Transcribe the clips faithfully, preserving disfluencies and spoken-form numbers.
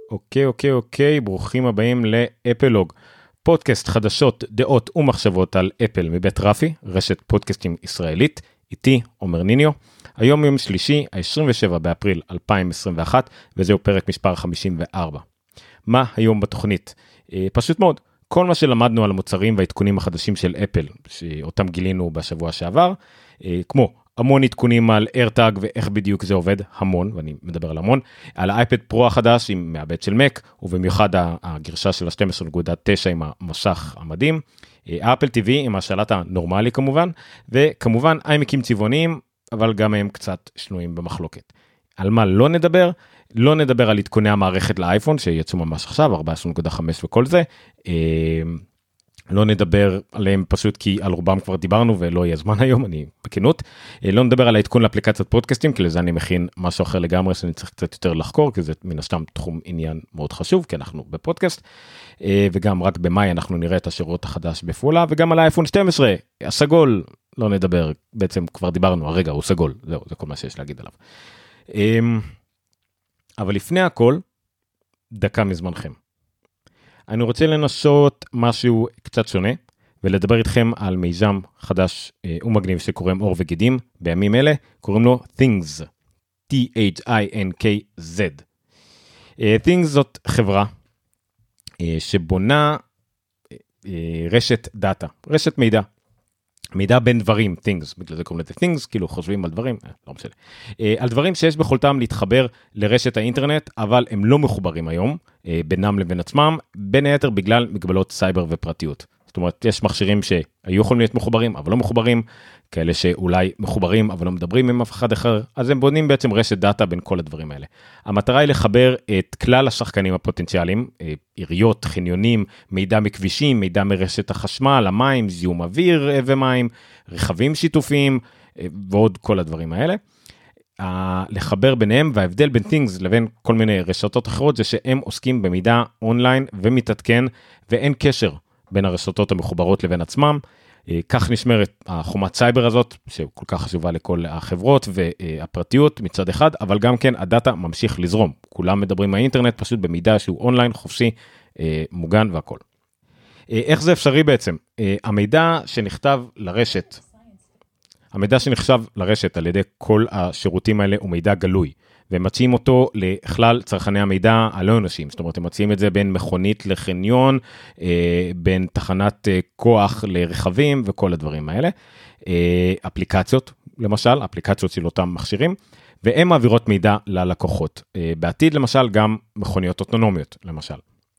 אוקיי, אוקיי, אוקיי, ברוכים הבאים לאפלוג, פודקאסט חדשות, דעות ומחשבות על אפל מבית רפי, רשת פודקאסטים ישראלית, איתי עומר ניניו. היום יום שלישי, ה-עשרים ושבעה באפריל אלפיים עשרים ואחת, וזהו פרק מספר חמישים וארבע. מה היום בתוכנית? אה, פשוט מאוד, כל מה שלמדנו על המוצרים והעדכונים החדשים של אפל, שאותם גילינו בשבוע שעבר, אה, כמו המון עדכונים על AirTag ואיך בדיוק זה עובד, המון, ואני מדבר על המון, על האייפד פרו החדש עם מעבד של Mac, ובמיוחד הגרשה של ה-שתים עשרה נקודה תשע עם המשך המדהים, אפל טי וי עם השלט הנורמלי כמובן, וכמובן איימקים צבעוניים, אבל גם הם קצת שנויים במחלוקת. על מה לא נדבר? לא נדבר על עדכוני המערכת לאייפון, שיצאו ממש עכשיו, ארבע עשרה נקודה חמש וכל זה, לא נדבר עליהם פשוט כי על רובם כבר דיברנו ולא יהיה זמן היום, אני בכנות. לא נדבר על העדכון לאפליקציית פודקאסטים, כי לזה אני מכין משהו אחר לגמרי שאני צריך קצת יותר לחקור, כי זה מן הסתם תחום עניין מאוד חשוב, כי אנחנו בפודקאסט, וגם רק במאי אנחנו נראה את השירות החדש בפעולה, וגם על האייפון שתים עשרה, הסגול, לא נדבר, בעצם כבר דיברנו, הרגע הוא סגול, זהו, זה כל מה שיש להגיד עליו. אבל לפני הכל, דקה מזמנכם. אני רוצה לנסות משהו קצת שונה, ולדבר איתכם על מיזם חדש ומגניב שקוראים אור וגידים, בימים אלה קוראים לו Things, T-H-I-N-K-Z. Things זאת חברה שבונה רשת דאטה, רשת מידע, מידע בין דברים, things, בגלל זה קוראים לזה things, כאילו חושבים על דברים, לא משנה, על דברים שיש ביכולתם להתחבר לרשת האינטרנט, אבל הם לא מחוברים היום, בינם לבין עצמם, בין היתר בגלל מגבלות סייבר ופרטיות. זאת אומרת, יש מכשירים שהיו יכולים להיות מחוברים, אבל לא מחוברים, כאלה שאולי מחוברים, אבל לא מדברים עם אף אחד אחר, אז הם בונים בעצם רשת דאטה בין כל הדברים האלה. המטרה היא לחבר את כלל השחקנים הפוטנציאליים, עיריות, חניונים, מידע מכבישים, מידע מרשת החשמל, המים, זיהום אוויר ומים, רכבים שיתופיים, ועוד כל הדברים האלה. לחבר ביניהם, וההבדל בין Things לבין כל מיני רשתות אחרות, זה שהם עוסקים במידע אונליין ומתעדכן, ואין קשר בין הרשתות המחוברות לבין עצמם. כך נשמרת החומת סייבר הזאת, שכל כך חשובה לכל החברות והפרטיות מצד אחד, אבל גם כן הדאטה ממשיך לזרום. כולם מדברים מהאינטרנט, פשוט במידע שהוא אונליין, חופשי, מוגן והכל. איך זה אפשרי בעצם? המידע שנכתב לרשת, המידע שנחשב לרשת על ידי כל השירותים האלה הוא מידע גלוי, והם מציעים אותו לכלל צרכני המידע הלא אנושיים, זאת אומרת, הם מציעים את זה בין מכונית לחניון, בין תחנת כוח לרכבים וכל הדברים האלה. אפליקציות, למשל, אפליקציות של אותם מכשירים, והם מעבירות מידע ללקוחות. בעתיד, למשל, גם מכוניות אוטונומיות, למשל.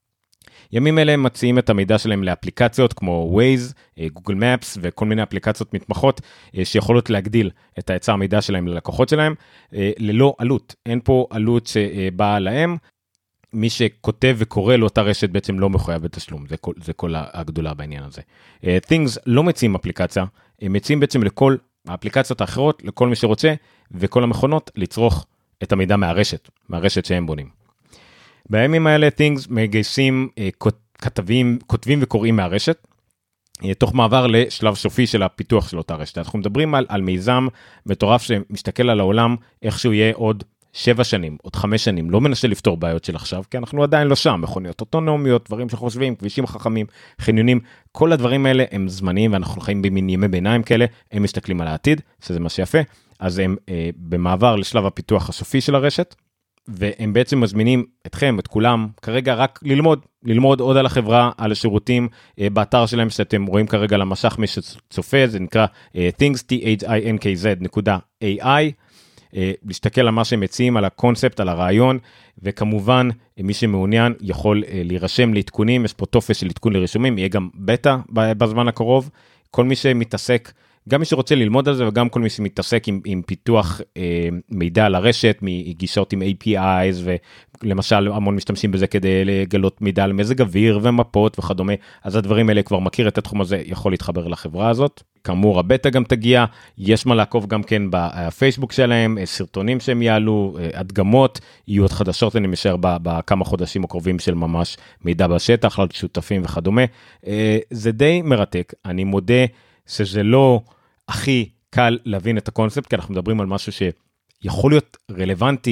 ימים אלה הם מציעים את המידע שלהם לאפליקציות כמו Waze, Google Maps וכל מיני אפליקציות מתמחות שיכולות להגדיל את ההיצע המידע שלהם ללקוחות שלהם ללא עלות. אין פה עלות שבאה להם, מי שכותב וקורא לאותה רשת בעצם לא מחויב בתשלום, זה כל, זה כל הגדולה בעניין הזה. Things לא מציעים אפליקציה, הם מציעים בעצם לכל האפליקציות האחרות, לכל מי שרוצה, וכל המכונות לצרוך את המידע מהרשת, מהרשת שהם בונים. בימים האלה Things מגייסים כתבים, כותבים וקוראים מהרשת, תוך מעבר לשלב סופי של הפיתוח של אותה רשת. אנחנו מדברים על, על מיזם מטורף שמשתכל על העולם, איך שהוא יהיה עוד שבע שנים, עוד חמש שנים, לא מנסה לפתור בעיות של עכשיו, כי אנחנו עדיין לא שם, מכוניות אוטונומיות, דברים שחושבים, כבישים חכמים, חניונים, כל הדברים האלה הם זמניים, ואנחנו חיים במין ימי ביניים כאלה, הם מסתכלים על העתיד, שזה מה שיפה, אז הם אה, במעבר לשלב הפיתוח הסופי של הרשת, והם בעצם מזמינים אתכם, את כולם, כרגע רק ללמוד, ללמוד עוד על החברה, על השירותים, באתר שלהם שאתם רואים כרגע למשך מי שצופה, זה נקרא things, T-H-I-N-K-Z נקודה A-I, להסתכל על מה שהם מציעים, על הקונספט, על הרעיון, וכמובן, מי שמעוניין יכול להירשם לעדכונים, יש פה טופס של עדכון לרשומים, יהיה גם בטא בזמן הקרוב, כל מי שמתעסק, גם מי שרוצה ללמוד על זה, וגם כל מי שמתעסק עם, עם פיתוח אה, מידע לרשת, מגישות עם איי פי איז, ולמשל המון משתמשים בזה כדי לגלות מידע על מזג אוויר ומפות וכדומה, אז הדברים האלה כבר מכיר את התחום הזה, יכול להתחבר לחברה הזאת. כאמור, הבטא גם תגיע, יש מה לעקוב גם כן בפייסבוק שלהם, סרטונים שהם יעלו, הדגמות, יהיו עוד חדשות, אני משאר בכמה חודשים הקרובים של ממש מידע בשטח, על שותפים וכדומה. זה די מרתק, אני מודה שזה לא הכי קל להבין את הקונספט, כי אנחנו מדברים על משהו שיכול להיות רלוונטי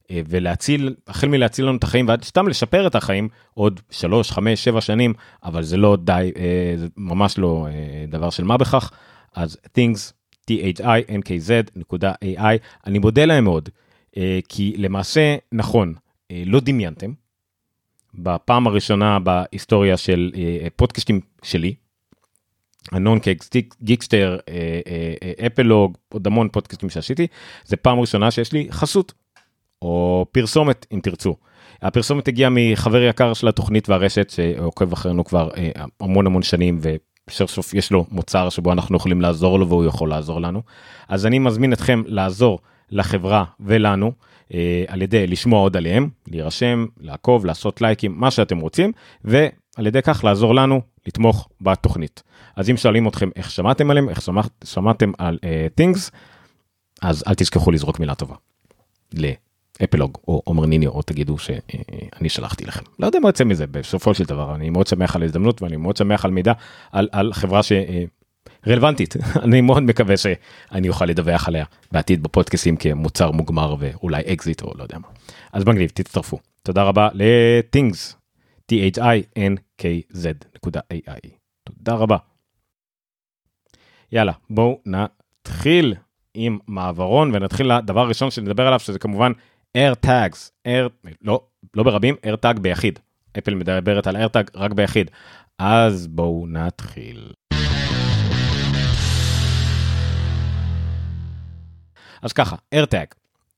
ולהציל, החל מלהציל לנו את החיים, ועד סתם לשפר את החיים, עוד שלוש, חמש, שבע שנים, אבל זה לא די, זה ממש לא דבר של מה בכך, אז things, t-h-i-n-k-z.ai, אני מודה להם מאוד, כי למעשה, נכון, לא דמיינתם, בפעם הראשונה בהיסטוריה של פודקאסטים שלי, הנון קקס, גיקסטר, אפלוג, עוד המון פודקאסטים שעשיתי, זה פעם ראשונה שיש לי חסות, או פרסומת אם תרצו. הפרסומת הגיעה מחבר יקר של התוכנית והרשת, שעוקב אחרינו כבר המון המון שנים, וסוף סוף יש לו מוצר שבו אנחנו יכולים לעזור לו, והוא יכול לעזור לנו. אז אני מזמין אתכם לעזור לחברה ולנו, על ידי לשמוע עוד עליהם, להירשם, לעקוב, לעשות לייקים, מה שאתם רוצים, ועל ידי כך לעזור לנו לתמוך בתוכנית. אז אם שואלים אתכם איך שמעתם עליהם, איך שמעתם על uh, things, אז אל תזכחו לזרוק מילה טובה. לאפלוג או עומר ניני, או תגידו שאני שלחתי לכם. לא יודע מה יוצא מזה, בסופו של דבר. אני מאוד שמח על ההזדמנות, ואני מאוד שמח על מידע, על, על חברה ש... רלוונטית, אני מאוד מקווה שאני אוכל לדווח עליה בעתיד בפודקאסים כמוצר מוגמר ואולי אקזיט או לא יודע מה. אז מגניב, תצטרפו. תודה רבה ל-things, t-h-i-n-k-z.ai. תודה רבה. יאללה, בואו נתחיל עם מעברון ונתחיל לדבר הראשון שנדבר עליו, שזה כמובן AirTags, Air, לא, לא ברבים, AirTag ביחיד. אפל מדברת על AirTag רק ביחיד. אז בואו נתחיל. אז ככה, AirTag.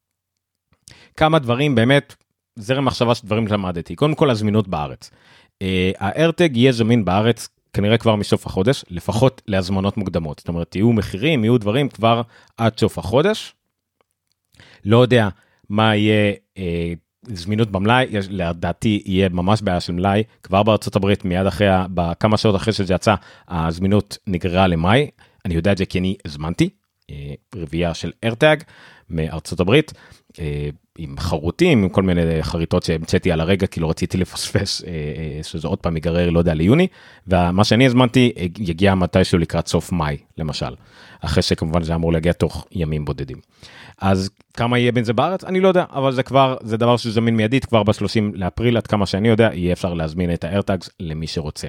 כמה דברים באמת, זרם מחשבה של דברים למדתי. קודם כל, הזמינות בארץ. ה-AirTag יהיה זמין בארץ, כנראה כבר מסוף החודש, לפחות להזמנות מוקדמות. זאת אומרת, יהיו מחירים, יהיו דברים כבר עד סוף החודש. לא יודע מה יהיה אה, זמינות במלאי, לדעתי יהיה ממש בעיה של מלאי, כבר בארצות הברית, מיד אחרי, בכמה שעות אחרי שזה יצא, הזמינות נגררה למאי. אני יודע את זה כי אני הזמנתי. רביעייה של AirTag מארצות הברית, עם חרוטים, עם כל מיני חריטות שהמצאתי על הרגע, כי לא רציתי לפספס, שזה עוד פעם יגרר, לא יודע, ליוני, ומה שאני הזמנתי, יגיע מתישהו לקראת סוף מאי, למשל, אחרי שכמובן זה אמור להגיע תוך ימים בודדים. אז כמה יהיה בין זה בארץ? אני לא יודע, אבל זה כבר, זה דבר שזמין מיידית, כבר ב-שלושים לאפריל, עד כמה שאני יודע, יהיה אפשר להזמין את ה-AirTags למי שרוצה.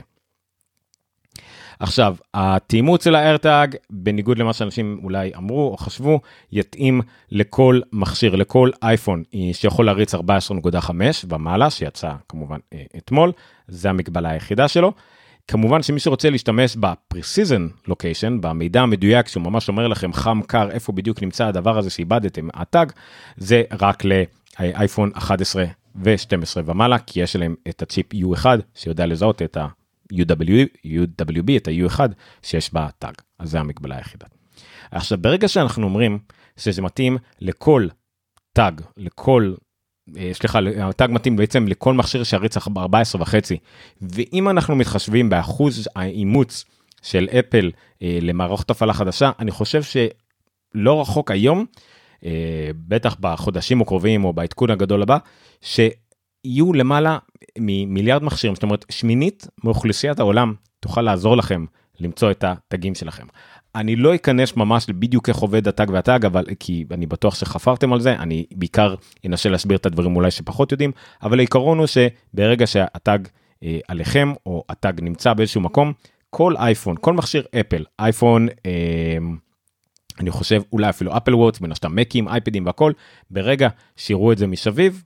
עכשיו, התאימות של ה-AirTag, בניגוד למה שאנשים אולי אמרו או חשבו, יתאים לכל מכשיר, לכל אייפון שיכול להריץ ארבע עשרה נקודה חמש ומעלה, שיצא כמובן אתמול, זה המגבלה היחידה שלו. כמובן שמי שרוצה להשתמש ב-Precision Location, במידע המדויק שהוא ממש אומר לכם חם קר, איפה בדיוק נמצא הדבר הזה שאיבדתם, הטאג, זה רק לאייפון אחת עשרה ו-שתים עשרה ומעלה, כי יש להם את הצ'יפ יו אחת, שיודע לזהות את ה... יו דאבליו בי, את ה-יו אחת שיש בה טאג, אז זה המגבלה היחידה. עכשיו, ברגע שאנחנו אומרים שזה מתאים לכל טאג, לכל, סליחה, הטאג מתאים בעצם לכל מכשיר שיריץ ארבע עשרה וחצי, ואם אנחנו מתחשבים באחוז האימוץ של אפל למערכת הפעלה חדשה, אני חושב שלא רחוק היום, בטח בחודשים הקרובים או בעדכון הגדול הבא, שיהיו למעלה ממיליארד מכשירים, זאת אומרת, שמינית מאוכלוסיית העולם תוכל לעזור לכם למצוא את הטאגים שלכם. אני לא אכנס ממש בדיוק איך עובד הטאג והטאג, אבל כי אני בטוח שחפרתם על זה, אני בעיקר אנסה להסביר את הדברים אולי שפחות יודעים, אבל העיקרון הוא שברגע שהטאג אה, עליכם, או הטאג נמצא באיזשהו מקום, כל אייפון, כל מכשיר אפל, אייפון, אה, אני חושב אולי אפילו אפל וואץ', בין השאר מקים, אייפדים והכל, ברגע שיראו את זה משביב,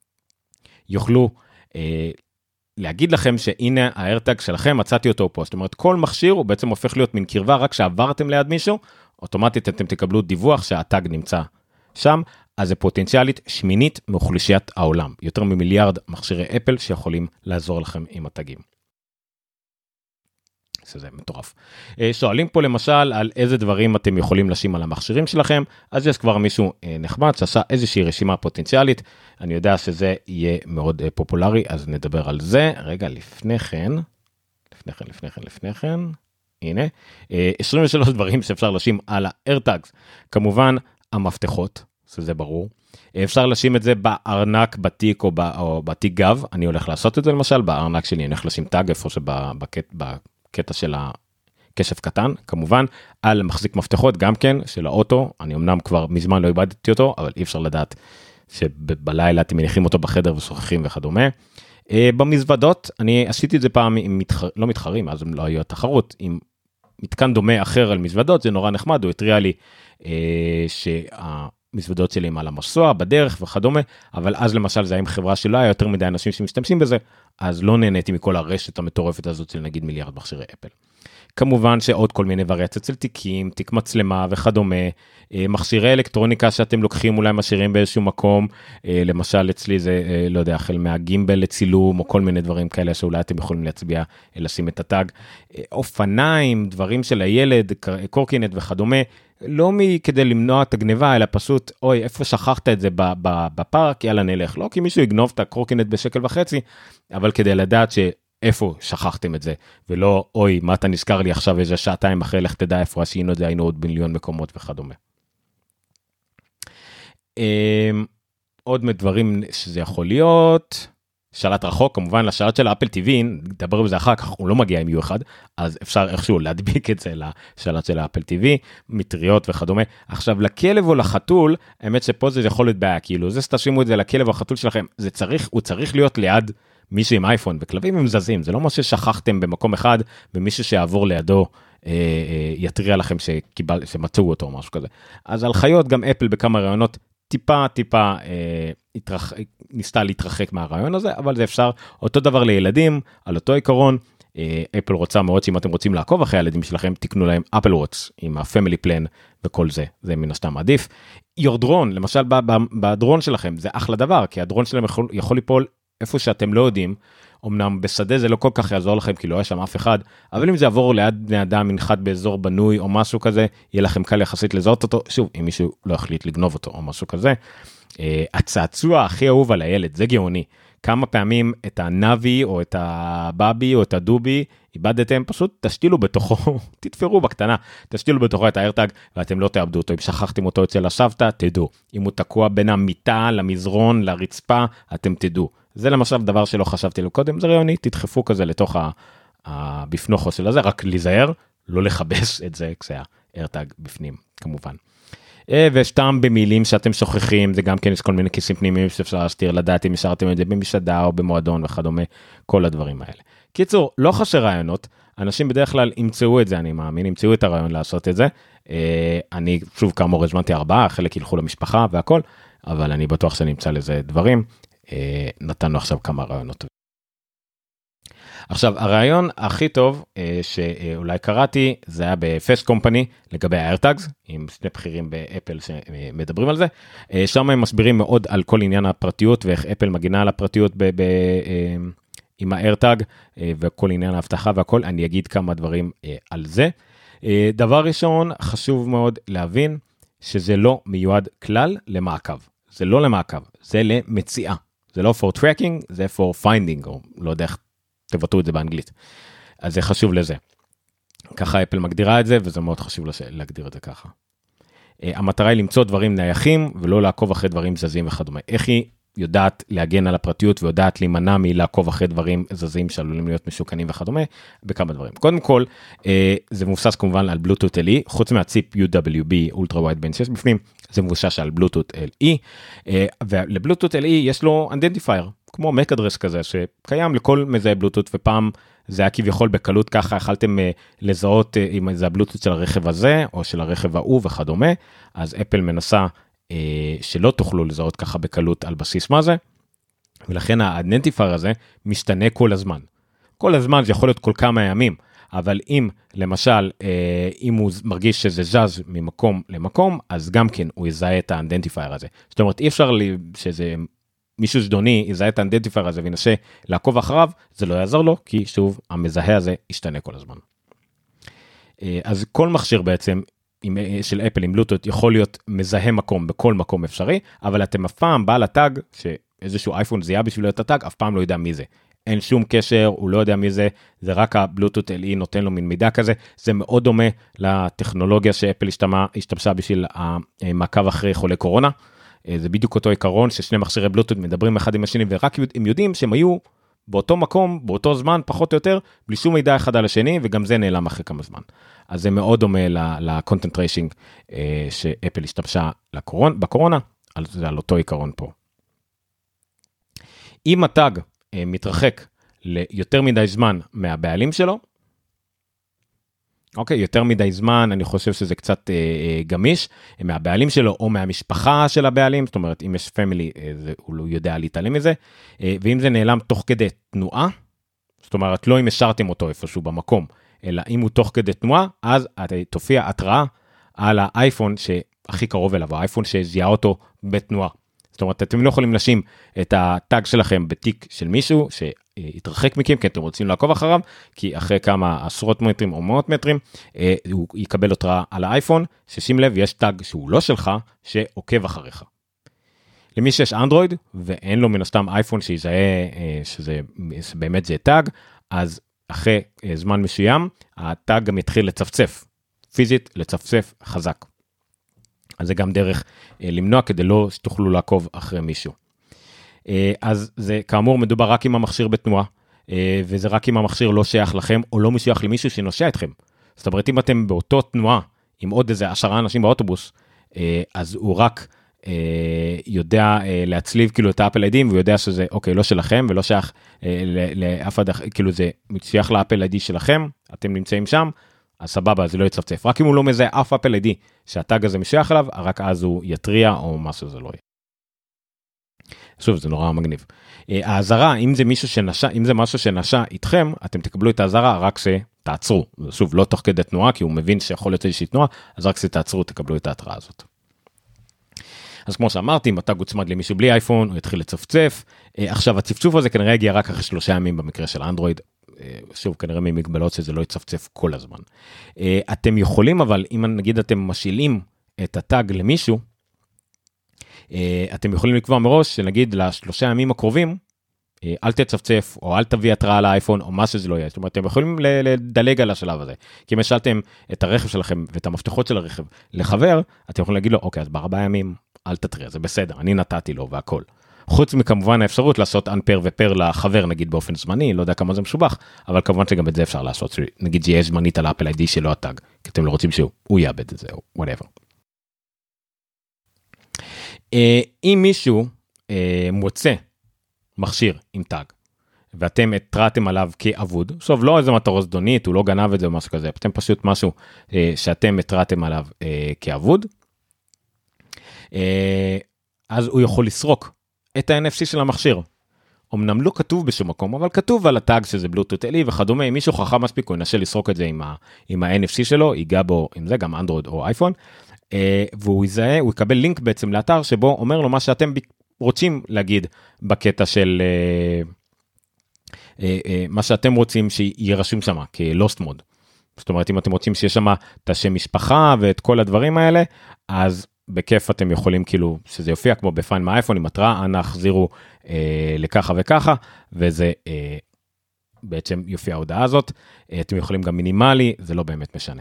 יוכלו אה, להגיד לכם שהנה ה-AirTag שלכם, מצאתי אותו פה. זאת אומרת, כל מכשיר הוא בעצם הופך להיות מין קרבה, רק שעברתם ליד מישהו, אוטומטית אתם תקבלו דיווח שהטאג נמצא שם, אז זה פוטנציאלית שמינית מאוכלוסיית העולם. יותר ממיליארד מכשירי אפל שיכולים לעזור לכם עם הטאגים. שזה מטורף. שואלים פה למשל על איזה דברים אתם יכולים לשים על המכשירים שלכם, אז יש כבר מישהו נחמד שעשה איזושהי רשימה פוטנציאלית, אני יודע שזה יהיה מאוד פופולרי, אז נדבר על זה. רגע, לפני כן, לפני כן, לפני כן, לפני כן, הנה, עשרים ושלושה דברים שאפשר לשים על ה-AirTags, כמובן המפתחות, שזה ברור, אפשר לשים את זה בארנק, בתיק או, או בתיק גב, אני הולך לעשות את זה למשל, בארנק שלי אני הולך לשים טאג איפה שבקט, קטע של הקשף קטן, כמובן, על מחזיק מפתחות גם כן, של האוטו, אני אמנם כבר מזמן לא איבדתי אותו, אבל אי אפשר לדעת שבלילה אתם מניחים אותו בחדר ושוחחים וכדומה. במזוודות, אני עשיתי את זה פעם עם מתחר, לא מתחרים, אז לא היו תחרות, עם מתקן דומה אחר על מזוודות, זה נורא נחמד, הוא התריע לי שהמזוודות שלי הם על המסוע, בדרך וכדומה, אבל אז למשל זה היה עם חברה שלא היה יותר מדי אנשים שמשתמשים בזה, אז לא נהניתי מכל הרשת המטורפת הזאת של נגיד מיליארד מכשירי אפל. כמובן שעוד כל מיני וריאציות של תיקים, תיק מצלמה וכדומה, מכשירי אלקטרוניקה שאתם לוקחים אולי משאירים באיזשהו מקום, למשל אצלי זה, לא יודע, החל מהגימבל לצילום, או כל מיני דברים כאלה שאולי אתם יכולים להצביע, לשים את הטאג, אופניים, דברים של הילד, קורקינט וכדומה, לא כדי למנוע את הגניבה, אלא פשוט, אוי, איפה שכחת את זה בפארק, יאללה נלך, לא כי מישהו יגנוב את הקורקינט בשקל וחצי, אבל כדי לדעת ש... איפה שכחתם את זה, ולא, אוי, מה אתה נזכר לי עכשיו איזה שעתיים אחרי, לך תדע איפה עשינו את זה, היינו עוד מיליון מקומות וכדומה. עוד מדברים שזה יכול להיות, שלט רחוק, כמובן לשלט של אפל טי וי, נדבר בזה אחר כך, הוא לא מגיע עם יו אחד, אז אפשר איכשהו להדביק את זה לשלט של אפל טי וי, מטריות וכדומה. עכשיו, לכלב או לחתול, האמת שפה זה יכול להיות בעיה, כאילו, זה שתשימו את זה לכלב או לחתול שלכם, זה צריך, הוא צריך להיות ליד מישהו עם אייפון, וכלבים הם זזים, זה לא מה ששכחתם במקום אחד, ומישהו שיעבור לידו אה, אה, יתריע לכם שקיבל, שמצאו אותו או משהו כזה. אז על חיות גם אפל בכמה רעיונות, טיפה טיפה אה, התרח... ניסתה להתרחק מהרעיון הזה, אבל זה אפשר, אותו דבר לילדים, על אותו עיקרון, אה, אפל רוצה מאוד שאם אתם רוצים לעקוב אחרי הילדים שלכם, תקנו להם אפל וואץ' עם הפמילי פלן וכל זה, זה מן הסתם עדיף. your drone, למשל בדרון שלכם, זה אחלה דבר, כי הדרון שלהם יכול, יכול ליפול איפה שאתם לא יודעים, אמנם בשדה זה לא כל כך יעזור לכם, כי לא היה שם אף אחד, אבל אם זה יעבור ליד בני אדם, מנחת באזור בנוי או משהו כזה, יהיה לכם קל יחסית לזהות אותו, שוב, אם מישהו לא החליט לגנוב אותו או משהו כזה. הצעצוע הכי אהוב על הילד, זה גאוני. כמה פעמים את הנאבי או את הבאבי או את הדובי, איבדתם, פשוט תשתילו בתוכו, תתפרו בקטנה, תשתילו בתוכו את האיירטאג, ואתם לא תאבדו אותו. אם שכחתם אותו אצל הסבתא, תדעו. אם הוא תקוע בין המיטה למזרון, לרצפה, אתם תדעו. זה למשל דבר שלא חשבתי לו קודם, זה רעיוני, תדחפו כזה לתוך הבפנוכו של הזה, רק להיזהר, לא לחבש את זה כשהאיירטאג בפנים, כמובן. ושתם במילים שאתם שוכחים, זה גם כן יש כל מיני כיסים פנימיים שאפשר להשתיר, לדעת אם השארתם את זה במסעדה או במועדון וכדומה, כל הדברים האלה. קיצור, לא חסר רעיונות, אנשים בדרך כלל ימצאו את זה, אני מאמין, ימצאו את הרעיון לעשות את זה. אני שוב כאמור הזמנתי ארבעה, חלק ילכו למשפחה והכל, אבל אני בטוח שנמצא לזה דברים. נתנו עכשיו כמה רעיונות. עכשיו, הרעיון הכי טוב שאולי קראתי, זה היה בפסט קומפני, לגבי האיירטאגס, עם שני בכירים באפל שמדברים על זה. שם הם מסבירים מאוד על כל עניין הפרטיות, ואיך אפל מגינה על הפרטיות ב- ב- עם האיירטאג, וכל עניין ההבטחה והכל. אני אגיד כמה דברים על זה. דבר ראשון, חשוב מאוד להבין, שזה לא מיועד כלל למעקב. זה לא למעקב, זה למציאה. זה לא for tracking, זה for finding, או לא יודע איך תבטאו את זה באנגלית. אז זה חשוב לזה. ככה אפל מגדירה את זה, וזה מאוד חשוב להגדיר את זה ככה. המטרה היא למצוא דברים נייחים, ולא לעקוב אחרי דברים זזים וכדומה. איך היא יודעת להגן על הפרטיות, ויודעת להימנע מלעקוב אחרי דברים זזים, שעלולים להיות משוקנים וכדומה, בכמה דברים. קודם כל, זה מבוסס כמובן על בלוטות אל אי, חוץ מהציפ יו דאבליו בי, אולטרה ווייד בנד שיש בפנים, זה מבוסס על בלוטות אל אי, ולבלוטות אל אי יש לו אנדנטיפייר, כמו מק אדרס כזה, שקיים לכל מזהה בלוטות, ופעם זה היה כביכול בקלות ככה, יכלתם לזהות אם זה הבלוטות של הרכב הזה, או של הרכב ההוא וכדומה, אז אפל מנסה שלא תוכלו לזהות ככה בקלות על בסיס מה זה, ולכן האידנטיפייר הזה משתנה כל הזמן. כל הזמן זה יכול להיות כל כמה ימים, אבל אם למשל, אם הוא מרגיש שזה זז ממקום למקום, אז גם כן הוא יזהה את האידנטיפייר הזה. זאת אומרת, אי אפשר לי שזה מישהו זדוני יזהה את האידנטיפייר הזה וינסה לעקוב אחריו, זה לא יעזור לו, כי שוב, המזהה הזה ישתנה כל הזמן. אז כל מכשיר בעצם, של אפל עם בלוטות יכול להיות מזהה מקום בכל מקום אפשרי, אבל אתם אף פעם בא לטאג, שאיזשהו אייפון זיהה בשבילו את הטאג, אף פעם לא יודע מי זה. אין שום קשר, הוא לא יודע מי זה, זה רק הבלוטות אל אי נותן לו מין מידע כזה, זה מאוד דומה לטכנולוגיה שאפל השתמשה בשביל המעקב אחרי חולי קורונה, זה בדיוק אותו עיקרון ששני מכשירי בלוטות מדברים אחד עם השני, ורק הם יודעים שהם היו באותו מקום, באותו זמן, פחות או יותר, בלי שום מידע אחד על השני, וגם זה נעלם אחרי כמה זמן. אז זה מאוד דומה לקונטנט טרייסינג שאפל השתמשה בקורונה, זה על אותו עיקרון פה. אם הטאג מתרחק ליותר מדי זמן מהבעלים שלו, אוקיי, יותר מדי זמן, אני חושב שזה קצת אה, גמיש, מהבעלים שלו או מהמשפחה של הבעלים, זאת אומרת, אם יש פמילי, אה, זה, הוא לא יודע להתעלם מזה, אה, ואם זה נעלם תוך כדי תנועה, זאת אומרת, לא אם השארתם אותו איפשהו במקום, אלא אם הוא תוך כדי תנועה, אז תופיע התראה על האייפון שהכי קרוב אליו, האייפון שזיהה אותו בתנועה. זאת אומרת, אתם לא יכולים לשים את הטאג שלכם בתיק של מישהו שיתרחק מכם, כי אתם רוצים לעקוב אחריו, כי אחרי כמה עשרות מטרים או מאות מטרים, הוא יקבל התראה על האייפון, ששים לב, יש טאג שהוא לא שלך, שעוקב אחריך. למי שיש אנדרואיד, ואין לו מן הסתם אייפון שיזהה, שזה באמת זה טאג, אז אחרי זמן מסוים, הטאג גם יתחיל לצפצף, פיזית לצפצף חזק. אז זה גם דרך למנוע כדי לא שתוכלו לעקוב אחרי מישהו. אז זה כאמור מדובר רק עם המכשיר בתנועה, וזה רק אם המכשיר לא שייך לכם, או לא משוייך למישהו שנושע אתכם. זאת אומרת, אם אתם באותו תנועה, עם עוד איזה עשרה אנשים באוטובוס, אז הוא רק יודע להצליב כאילו את האפל איי די, והוא יודע שזה אוקיי, לא שלכם, ולא שייך לאף אחד, כאילו זה שייך לאפל איי די שלכם, אתם נמצאים שם, אז סבבה, זה לא יצפצף. רק אם הוא לא מזהה אף אפל איי די שהטאג הזה משוייך אליו, רק אז הוא יטריע או משהו זה לא יהיה. שוב, זה נורא מגניב. ההזרה, אם זה מישהו שנשע, אם זה משהו שנשע איתכם, אתם תקבלו את ההזרה רק שתעצרו. שוב, לא תוך כדי תנועה, כי הוא מבין שיכול להיות איזושהי תנועה, אז רק שתעצרו, תקבלו את ההתראה הזאת. אז כמו שאמרתי, אם הטאג הוצמד למישהו בלי אייפון, הוא יתחיל לצפצף. עכשיו, הצפצוף הזה כנראה הגיע רק אחרי שלושה ימים במקרה של אנדרואיד. שוב, כנראה ממגבלות שזה לא יצפצף כל הזמן. אתם יכולים, אבל אם נגיד אתם משאילים את הטאג למישהו, אתם יכולים לקבוע מראש, שנגיד לשלושה ימים הקרובים, אל תצפצף, או אל תביא התראה לאייפון, או מה שזה לא יהיה. זאת אומרת, אתם יכולים לדלג על השלב הזה. כי אם השאלתם את הרכב שלכם, ואת המפתחות של הרכב לחבר, אתם יכולים להגיד לו, אוקיי, אז בארבעה ימים, אל תתריע, זה בסדר, אני נתתי לו והכל. חוץ מכמובן האפשרות לעשות unpair ופר לחבר, נגיד באופן זמני, לא יודע כמה זה משובח, אבל כמובן שגם את זה אפשר לעשות, נגיד שיהיה זמנית על האפל איי די שלו הטאג, כי אתם לא רוצים שהוא יאבד את זה, או whatever. אם מישהו מוצא מכשיר עם טאג, ואתם התרעתם עליו כאבוד, שוב, לא איזה מטרה זדונית, הוא לא גנב את זה או משהו כזה, אתם פשוט משהו שאתם התרעתם עליו כאבוד, אז הוא יכול לסרוק את ה-אן אף סי של המכשיר. אמנם לא כתוב בשום מקום, אבל כתוב על הטאג שזה בלוטות אלי וכדומה, אם מישהו חכם מספיק, הוא ינסה לסרוק את זה עם ה- עם ה-אן אף סי שלו, ייגע בו עם זה, גם אנדרואיד או אייפון, והוא יזהה, הוא יקבל לינק בעצם לאתר, שבו אומר לו מה שאתם רוצים להגיד בקטע של, מה שאתם רוצים שיהיה רשום שם, כ-Lost Mode. זאת אומרת, אם אתם רוצים שיש שם את השם משפחה ואת כל הדברים האלה, אז בכיף אתם יכולים כאילו, שזה יופיע כמו בפיין מהאייפון, עם התראה, אנא החזירו אה, לככה וככה, וזה אה, בעצם יופיע ההודעה הזאת. אה, אתם יכולים גם מינימלי, זה לא באמת משנה.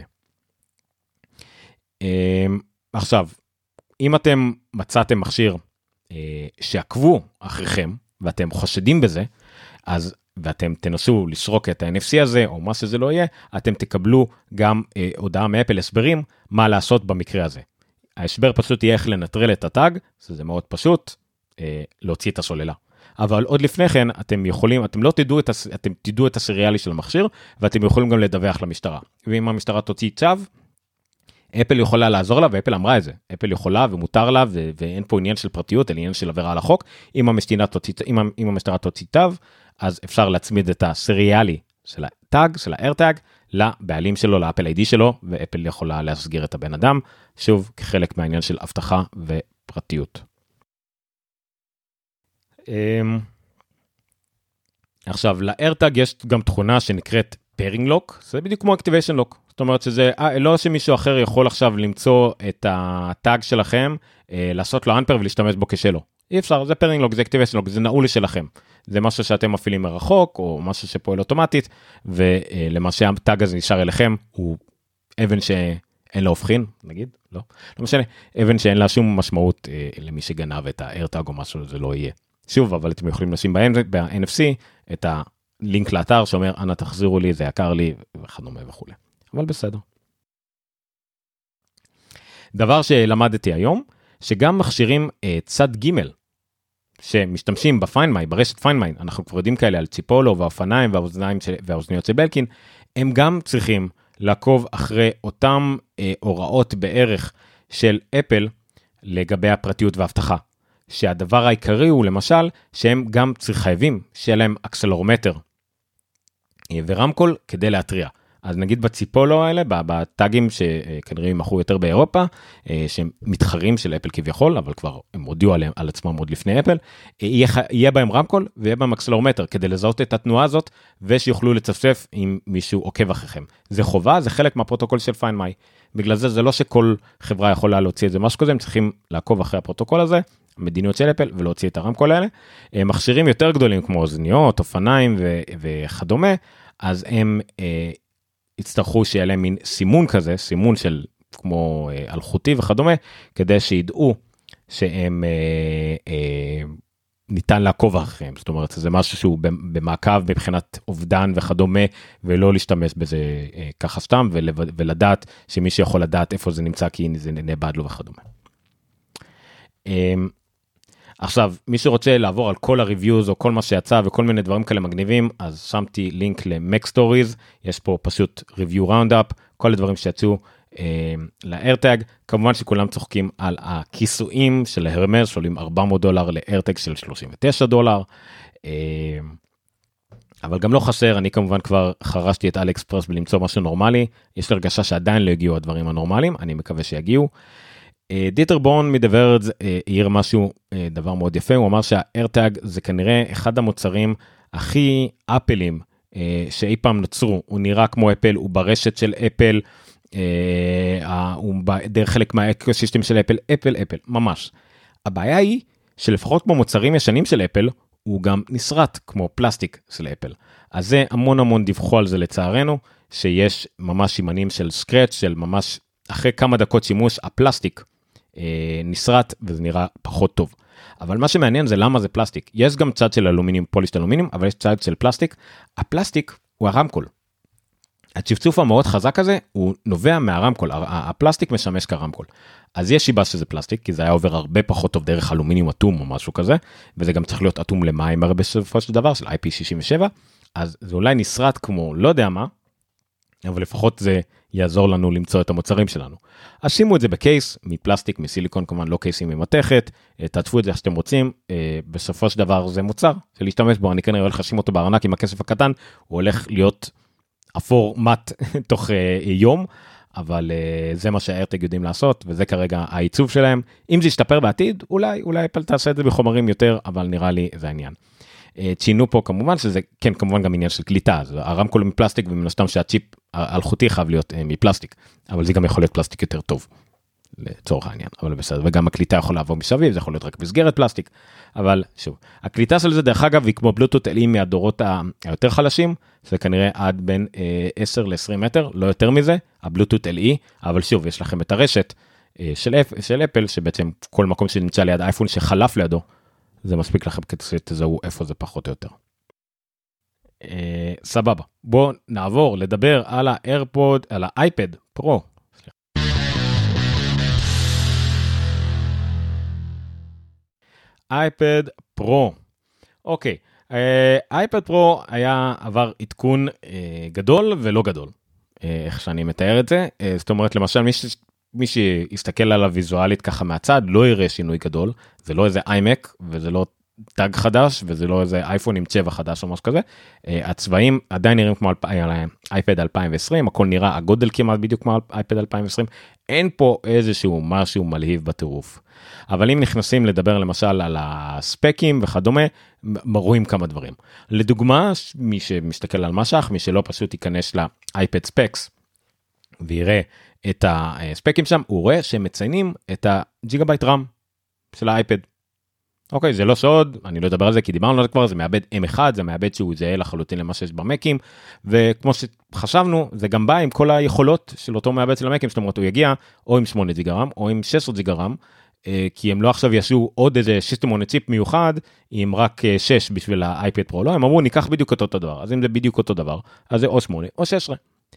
אה, עכשיו, אם אתם מצאתם מכשיר אה, שעקבו אחריכם, ואתם חושדים בזה, אז ואתם תנסו לסרוק את ה-אן אף סי הזה, או מה שזה לא יהיה, אתם תקבלו גם אה, הודעה מאפל הסברים, מה לעשות במקרה הזה. ההסבר פשוט יהיה איך לנטרל את הטאג, זה מאוד פשוט, אה, להוציא את הסוללה. אבל עוד לפני כן, אתם יכולים, אתם לא תדעו את, אתם תדעו את הסריאלי של המכשיר, ואתם יכולים גם לדווח למשטרה. ואם המשטרה תוציא צו, אפל יכולה לעזור לה, ואפל אמרה את זה. אפל יכולה ומותר לה, ו- ואין פה עניין של פרטיות, אלא עניין של עבירה על החוק. אם המשטרה תוציא, אם, אם המשטרה תוציא צו, אז אפשר להצמיד את הסריאלי של הטאג, של האיירטאג, לבעלים שלו, לאפל איי די שלו, ואפל יכולה להסגיר את הבן אדם, שוב, כחלק מהעניין של הבטחה ופרטיות. עכשיו, לאיירטאג יש גם תכונה שנקראת pairing lock, זה בדיוק כמו activation lock, זאת אומרת שזה, לא שמישהו אחר יכול עכשיו למצוא את הטאג שלכם, לעשות לו unpair ולהשתמש בו כשלו. אי אפשר, זה pairing lock, זה activation lock, זה נעול לשלכם. זה משהו שאתם מפעילים מרחוק, או משהו שפועל אוטומטית, ולמעשה הטאג הזה נשאר אליכם, הוא אבן שאין לה הופכין, נגיד, לא, לא משנה, אבן שאין לה שום משמעות אה, למי שגנב את ה-AirTag או משהו, זה לא יהיה. שוב, אבל אתם יכולים לשים ב-אן אף סי את הלינק לאתר שאומר, אנא תחזירו לי, זה יקר לי, וכדומה וכו'. אבל בסדר. דבר שלמדתי היום, שגם מכשירים צד ג' שמשתמשים בפיינמיי, ברשת פיינמיי, אנחנו כבר יודעים כאלה על ציפולו והאופניים והאוזניים והאוזניות של בלקין, הם גם צריכים לעקוב אחרי אותם אה, הוראות בערך של אפל לגבי הפרטיות והבטחה. שהדבר העיקרי הוא למשל שהם גם חייבים שיהיה להם אקסלרומטר אה, ורמקול כדי להתריע. אז נגיד בציפולו האלה, בטאגים שכנראה ימכרו יותר באירופה, שהם מתחרים של אפל כביכול, אבל כבר הם הודיעו עליהם, על עצמם עוד לפני אפל, יהיה, יהיה בהם רמקול ויהיה בהם אקסלרומטר, כדי לזהות את התנועה הזאת, ושיוכלו לצפצף אם מישהו עוקב אחריכם. זה חובה, זה חלק מהפרוטוקול של פיינמיי. בגלל זה, זה לא שכל חברה יכולה להוציא את זה משהו כזה, הם צריכים לעקוב אחרי הפרוטוקול הזה, המדיניות של אפל, ולהוציא את הרמקול האלה. מכשירים יותר גדולים, כמו אוזניות, אופניים ו- וכדומה, אז הם יצטרכו שיהיה להם מין סימון כזה, סימון של כמו אה, אלחוטי וכדומה, כדי שידעו שהם אה, אה, ניתן לעקוב אחריהם. זאת אומרת, זה משהו שהוא במעקב מבחינת אובדן וכדומה, ולא להשתמש בזה אה, ככה סתם, ולדעת שמי שיכול לדעת איפה זה נמצא, כי זה נאבד לו וכדומה. אה, עכשיו, מי שרוצה לעבור על כל הריוויוז או כל מה שיצא וכל מיני דברים כאלה מגניבים, אז שמתי לינק ל-Mac Stories, יש פה פשוט review roundup, כל הדברים שיצאו אה, ל-AirTag, כמובן שכולם צוחקים על הכיסויים של ההרמס, שעולים ארבע מאות דולר ל-AirTag של שלושים ותשעה דולר, אה, אבל גם לא חסר, אני כמובן כבר חרשתי את AliExpress בלמצוא משהו נורמלי, יש לי הרגשה שעדיין לא הגיעו הדברים הנורמליים, אני מקווה שיגיעו, דיטר בורן מדברד העיר משהו, דבר מאוד יפה, הוא אמר שהאיירטאג זה כנראה אחד המוצרים הכי אפלים שאי פעם נוצרו, הוא נראה כמו אפל, הוא ברשת של אפל, הוא דרך חלק מהאקוסיסטם של אפל, אפל, אפל, ממש. הבעיה היא שלפחות במוצרים ישנים של אפל, הוא גם נסרט כמו פלסטיק של אפל. אז זה המון המון דיווחו על זה לצערנו, שיש ממש שימנים של סקרץ' של ממש אחרי כמה דקות שימוש, הפלסטיק אה, נסרט וזה נראה פחות טוב. אבל מה שמעניין זה למה זה פלסטיק. יש גם צד של אלומיניום, פולישט אלומיניום, אבל יש צד של פלסטיק. הפלסטיק הוא הרמקול. הצפצוף המאוד חזק הזה, הוא נובע מהרמקול. הפלסטיק משמש כרמקול. אז יש שיבה שזה פלסטיק, כי זה היה עובר הרבה פחות טוב דרך אלומיניום אטום או משהו כזה, וזה גם צריך להיות אטום למים הרבה בסופו של דבר, של איי פי שישים ושבע, אז זה אולי נסרט כמו לא יודע מה, אבל לפחות זה יעזור לנו למצוא את המוצרים שלנו. אז שימו את זה בקייס, מפלסטיק, מסיליקון, כמובן לא קייסים ממתכת, תעטפו את זה שאתם רוצים, בסופו של דבר זה מוצר, של להשתמש בו, אני כנראה הולך לשים אותו בארנק עם הכסף הקטן, הוא הולך להיות אפור מת תוך יום, אבל זה מה שהאיירטג יודעים לעשות, וזה כרגע העיצוב שלהם. אם זה ישתפר בעתיד, אולי, אולי אפל תעשה את זה בחומרים יותר, אבל נראה לי זה העניין. ציינו פה כמובן שזה כן כמובן גם עניין של קליטה, הרמקול מפלסטיק ומן הסתם שהצ'יפ האלחוטי חייב להיות מפלסטיק, אבל זה גם יכול להיות פלסטיק יותר טוב לצורך העניין, אבל בסדר, וגם הקליטה יכול לעבור מסביב, זה יכול להיות רק מסגרת פלסטיק, אבל שוב, הקליטה של זה דרך אגב היא כמו בלוטות אל אי מהדורות היותר חלשים, זה כנראה עד בין עשר ל-עשרים מטר, לא יותר מזה, הבלוטות אל אי, אבל שוב יש לכם את הרשת של, של אפל, שבעצם כל מקום שנמצא ליד אייפון שחלף לידו, זה מספיק לכם כדי שתזהו איפה זה פחות או יותר. אה, סבבה, בואו נעבור לדבר על האיירפוד, על האייפד פרו. אייפד פרו. אוקיי, אייפד פרו היה עבר עדכון אה, גדול ולא גדול. אה, איך שאני מתאר את זה. אה, זאת אומרת, למשל, מי ש... מי שיסתכל עליו ויזואלית ככה מהצד, לא יראה שינוי גדול, זה לא איזה iMac, וזה לא טאג חדש, וזה לא איזה אייפון עם צבע חדש או משהו כזה, הצבעים עדיין נראים כמו אייפד אלפיים ועשרים, הכל נראה, הגודל כמעט בדיוק כמו אייפד אלפיים ועשרים, אין פה איזשהו משהו מלהיב בטירוף. אבל אם נכנסים לדבר למשל על הספקים וכדומה, רואים כמה דברים. לדוגמה, מי שמסתכל על משך, מי שלא פשוט ייכנס לאייפד ספקס, ויראה את הספקים שם, הוא רואה שהם מציינים את הג'יגה-בייט רם של האייפד. אוקיי, זה לא סוד, אני לא אדבר על זה, כי דיברנו על זה כבר, זה מעבד אם אחד, זה מעבד שהוא זהה לחלוטין למה שיש במקים, וכמו שחשבנו, זה גם בא עם כל היכולות של אותו מעבד של המקים, זאת אומרת, הוא יגיע או עם שמונה ג'יגה רם, או עם שש עשרה ג'יגה רם, כי הם לא עכשיו ישו עוד איזה System on a Chip מיוחד, עם רק שש בשביל האייפד פרו, לא, הם אמרו, ניקח בדיוק אותו דבר, אז אם זה בדיוק אותו דבר, אז זה או שמונה או שש עשרה.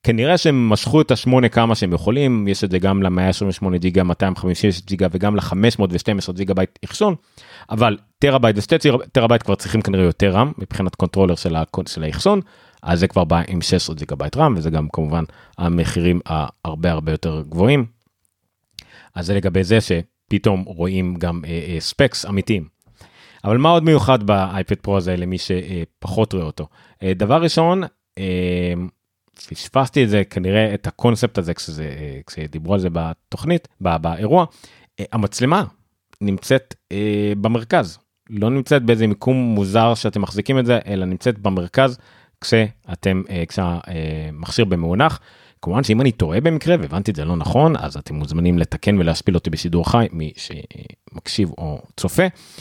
כנראה שהם משכו את השמונה כמה שהם יכולים, יש את זה גם ל-מאה עשרים ושמונה ג'יגה, מאתיים וחמישים ושש ג'יגה, וגם ל-חמש מאות ושתים עשרה ג'יגה בייט אחסון, אבל טראבייט ושתי טראבייט כבר צריכים כנראה יותר רם, מבחינת קונטרולר של, של האחסון, אז זה כבר בא עם שש עשרה ג'יגה בייט רם, וזה גם כמובן המחירים הרבה הרבה יותר גבוהים. אז זה לגבי זה שפתאום רואים גם אה, אה, ספקס אמיתיים. אבל מה עוד מיוחד באייפד פרו הזה למי שפחות רואה אותו? אה, דבר ראשון, אה, פספסתי את זה, כנראה את הקונספט הזה, כשזה, אה, כשדיברו על זה בתוכנית, בא, באירוע, אה, המצלמה נמצאת אה, במרכז, לא נמצאת באיזה מיקום מוזר שאתם מחזיקים את זה, אלא נמצאת במרכז, כשאתם, כשהמכשיר במאונח, כמובן שאם אני טועה במקרה, והבנתי את זה לא נכון, אז אתם מוזמנים לתקן ולהשפיל אותי בשידור חי, מי שמקשיב או צופה,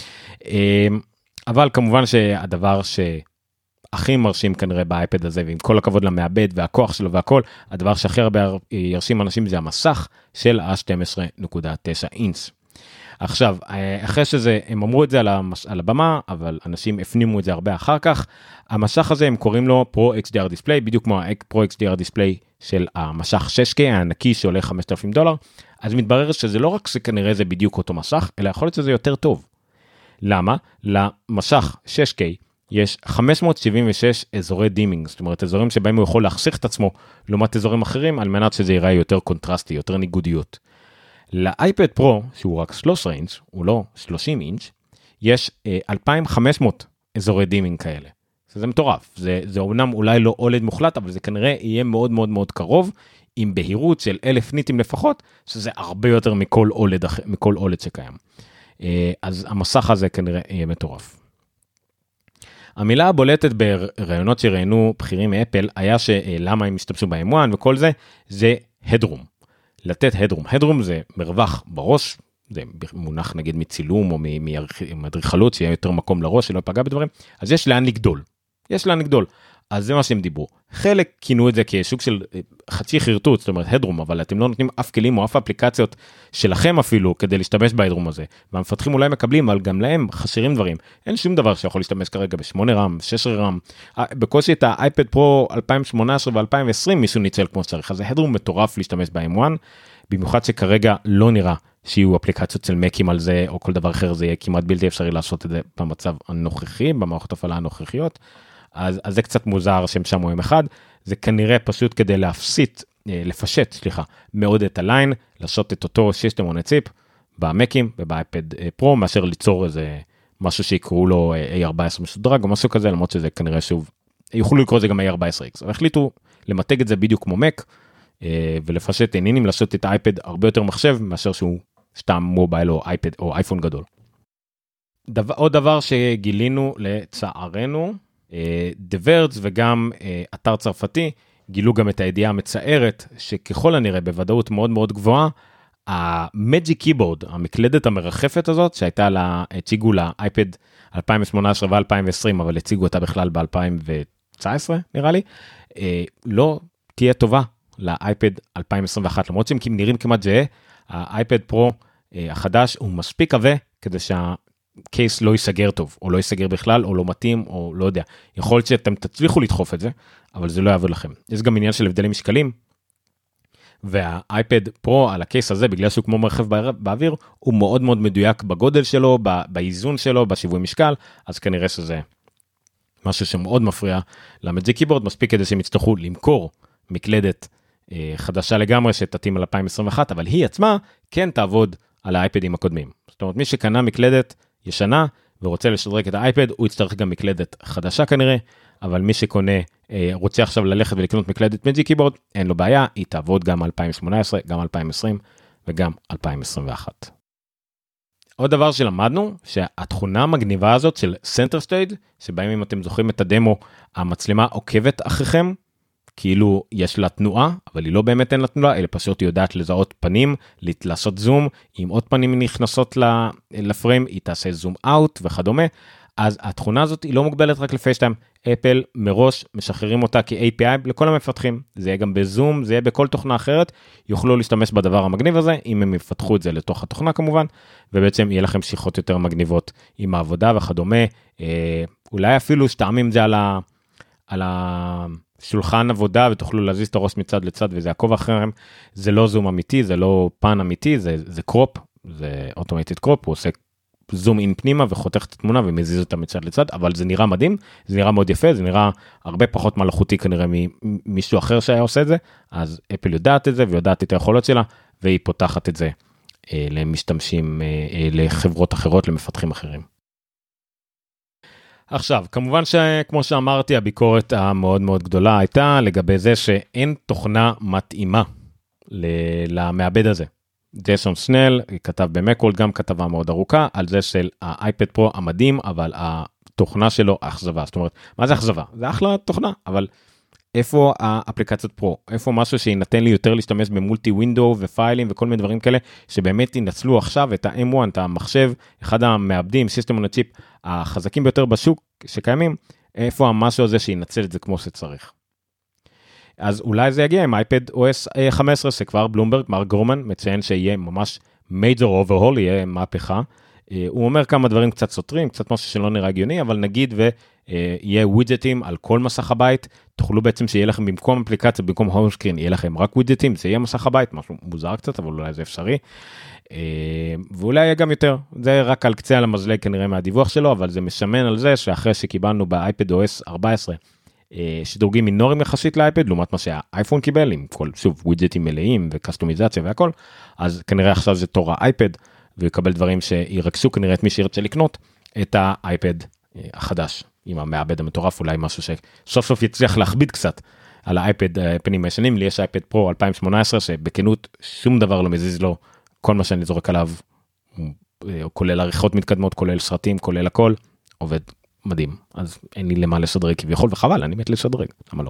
אבל כמובן שהדבר שהכי מרשים כנראה באייפד הזה, ועם כל הכבוד למעבד והכוח שלו והכל, הדבר שהכי הרבה ירשים אנשים זה המסך של ה-שתים עשרה נקודה תשע אינץ'. עכשיו, אחרי שזה, הם אמרו את זה על, המש, על הבמה, אבל אנשים הפנימו את זה הרבה אחר כך, המשך הזה הם קוראים לו Pro אקס די אר Display, בדיוק כמו ה-Pro אקס די אר Display של המשך שש קיי, הענקי שעולה חמשת אלפים דולר, אז מתברר שזה לא רק שכנראה זה בדיוק אותו משך, אלא יכול להיות שזה יותר טוב. למה? למשך שש קיי יש חמש מאות שבעים ושש אזורי דימינג, זאת אומרת אזורים שבהם הוא יכול להחשיך את עצמו, לעומת אזורים אחרים, על מנת שזה ייראה יותר קונטרסטי, יותר ניגודיות. לאייפד פרו, שהוא רק שלוש עשרה אינץ', הוא לא שלושים אינץ', יש אה, אלפיים וחמש מאות אזורי דימינג כאלה. זה מטורף, זה, זה אומנם אולי לא אולד מוחלט, אבל זה כנראה יהיה מאוד מאוד מאוד קרוב, עם בהירות של אלף ניטים לפחות, שזה הרבה יותר מכל אולד, מכל אולד שקיים. אה, אז המסך הזה כנראה יהיה מטורף. המילה הבולטת ברעיונות שראינו בכירים מאפל, היה שלמה הם משתמשו ב-אם וואן וכל זה, זה הדרום. לתת הדרום. הדרום זה מרווח בראש, זה מונח נגיד מצילום או מאדריכלות, שיהיה יותר מקום לראש, שלא יפגע בדברים, אז יש לאן לגדול. יש לאן לגדול. אז זה מה שהם דיברו. חלק כינו את זה כשוק של חצי חרטוט, זאת אומרת הדרום, אבל אתם לא נותנים אף כלים או אף אפליקציות שלכם אפילו כדי להשתמש בהדרום הזה. והמפתחים אולי מקבלים, אבל גם להם חסרים דברים. אין שום דבר שיכול להשתמש כרגע ב-שמונה רם, שש עשרה רם. בקושי את האייפד פרו אלפיים שמונה עשרה ו-אלפיים ועשרים מישהו ניצל כמו שצריך. אז ההדרום מטורף להשתמש ב-אם וואן, במיוחד שכרגע לא נראה שיהיו אפליקציות של מקים על זה, או כל דבר אחר, זה יהיה כמעט בלתי אפשרי לעשות את זה במצב הנוכחי, במערכות הפעלה הנוכחיות. אז, אז זה קצת מוזר שהם שמו עם אחד, זה כנראה פשוט כדי להפסיט, לפשט, סליחה, מאוד את הליין, לעשות את אותו סיסטם און ציפ במקים ובאייפד פרו, מאשר ליצור איזה משהו שיקראו לו איי ארבע עשרה משודרג או משהו כזה, למרות שזה כנראה שוב, יוכלו לקרוא זה גם איי ארבע עשרה אקס, אבל החליטו למתג את זה בדיוק כמו מק, ולפשט עניינים, לעשות את האייפד הרבה יותר מחשב, מאשר שהוא סתם מובייל או אייפד או אייפון גדול. דבר, עוד דבר שגילינו לצערנו, The Verge וגם אתר צרפתי גילו גם את הידיעה המצערת שככל הנראה בוודאות מאוד מאוד גבוהה, המג'יק קיבורד, המקלדת המרחפת הזאת שהייתה לה, הציגו לאייפד אלפיים שמונה עשרה ו-אלפיים ועשרים, אבל הציגו אותה בכלל ב-אלפיים תשע עשרה נראה לי, לא תהיה טובה לאייפד אלפיים עשרים ואחת, למרות שהם נראים כמעט זהה, האייפד פרו החדש הוא מספיק עבה כדי שה... קייס לא ייסגר טוב, או לא ייסגר בכלל, או לא מתאים, או לא יודע. יכול להיות שאתם תצליחו לדחוף את זה, אבל זה לא יעבוד לכם. יש גם עניין של הבדלים משקלים, והאייפד פרו על הקייס הזה, בגלל שהוא כמו מרחב באוויר, הוא מאוד מאוד מדויק בגודל שלו, באיזון שלו, בשיווי משקל, אז כנראה שזה משהו שמאוד מפריע למג'יק קיבורד, מספיק כדי שהם יצטרכו למכור מקלדת אה, חדשה לגמרי, שתתאים על אלפיים עשרים ואחת, אבל היא עצמה כן תעבוד על האייפדים הקודמים. זאת אומרת, מי שקנה מקלדת ישנה ורוצה לשדרג את האייפד, הוא יצטרך גם מקלדת חדשה כנראה, אבל מי שקונה, רוצה עכשיו ללכת ולקנות מקלדת מג'יק קיבורד, אין לו בעיה, היא תעבוד גם אלפיים שמונה עשרה, גם אלפיים עשרים וגם אלפיים עשרים ואחת. עוד דבר שלמדנו, שהתכונה המגניבה הזאת של סנטר סטייג', שבהם אם אתם זוכרים את הדמו, המצלמה עוקבת אחריכם, כאילו יש לה תנועה, אבל היא לא באמת אין לה תנועה, אלא פשוט היא יודעת לזהות פנים, לעשות זום, אם עוד פנים נכנסות לפריים, היא תעשה זום אאוט וכדומה, אז התכונה הזאת היא לא מוגבלת רק לפייסטיים, אפל מראש משחררים אותה כ-איי פי איי לכל המפתחים, זה יהיה גם בזום, זה יהיה בכל תוכנה אחרת, יוכלו להשתמש בדבר המגניב הזה, אם הם יפתחו את זה לתוך התוכנה כמובן, ובעצם יהיה לכם שיחות יותר מגניבות עם העבודה וכדומה, אולי אפילו שתעמים את זה על ה... על ה... שולחן עבודה ותוכלו להזיז את הראש מצד לצד וזה עקוב אחריהם, זה לא זום אמיתי, זה לא פן אמיתי, זה, זה קרופ, זה אוטומטית קרופ, הוא עושה זום אין פנימה וחותך את התמונה ומזיז אותה מצד לצד, אבל זה נראה מדהים, זה נראה מאוד יפה, זה נראה הרבה פחות מלאכותי כנראה ממישהו אחר שהיה עושה את זה, אז אפל יודעת את זה ויודעת את היכולות שלה, והיא פותחת את זה אה, למשתמשים, אה, אה, לחברות אחרות, למפתחים אחרים. עכשיו, כמובן שכמו שאמרתי, הביקורת המאוד מאוד גדולה הייתה לגבי זה שאין תוכנה מתאימה למעבד הזה. ג'ייסון סנל כתב במקוולד גם כתבה מאוד ארוכה על זה של האייפד פרו המדהים, אבל התוכנה שלו אכזבה. זאת אומרת, מה זה אכזבה? זה אחלה תוכנה, אבל איפה האפליקציות פרו? איפה משהו שינתן לי יותר להשתמש במולטי ווינדו ופיילים וכל מיני דברים כאלה, שבאמת ינצלו עכשיו את ה-אם וואן, את המחשב, אחד המעבדים, סיסטם און הצ'יפ, החזקים ביותר בשוק שקיימים, איפה המשהו הזה שינצל את זה כמו שצריך. אז אולי זה יגיע עם אייפד או אס חמש עשרה, שכבר בלומברג, מר גרומן, מציין שיהיה ממש major overhaul, יהיה מהפכה. הוא אומר כמה דברים קצת סותרים, קצת משהו שלא נראה הגיוני, אבל נגיד ויהיה ווידג'טים על כל מסך הבית, תוכלו בעצם שיהיה לכם במקום אפליקציה, במקום הום סקרין, יהיה לכם רק ווידג'טים, זה יהיה מסך הבית, משהו מוזר קצת, אבל אולי זה אפשרי. ואולי יהיה גם יותר, זה רק על קצה על המזלג כנראה מהדיווח שלו, אבל זה משמן על זה שאחרי שקיבלנו באייפד או אס ארבע עשרה, שדורגים מינורים יחסית לאייפד, לעומת מה שהאייפון קיבל, עם כל, שוב, ווידג'טים מלאים וקסטומיזציה והכל, אז כנראה עכשיו זה תור האייפד, ויקבל דברים שירקסו כנראה את מי שירצה לקנות, את האייפד החדש, עם המעבד המטורף, אולי משהו שסוף סוף יצליח להכביד קצת על האייפד פנים הישנים. לי יש אייפד פרו אלפיים שמונה עשרה, שבכנות שום דבר לא מזיז לו, כל מה שאני זורק עליו, כולל עריכות מתקדמות, כולל סרטים, כולל הכל, עובד מדהים. אז אין לי למה לשדרג כביכול, וחבל, אני מת לשדרג, למה לא?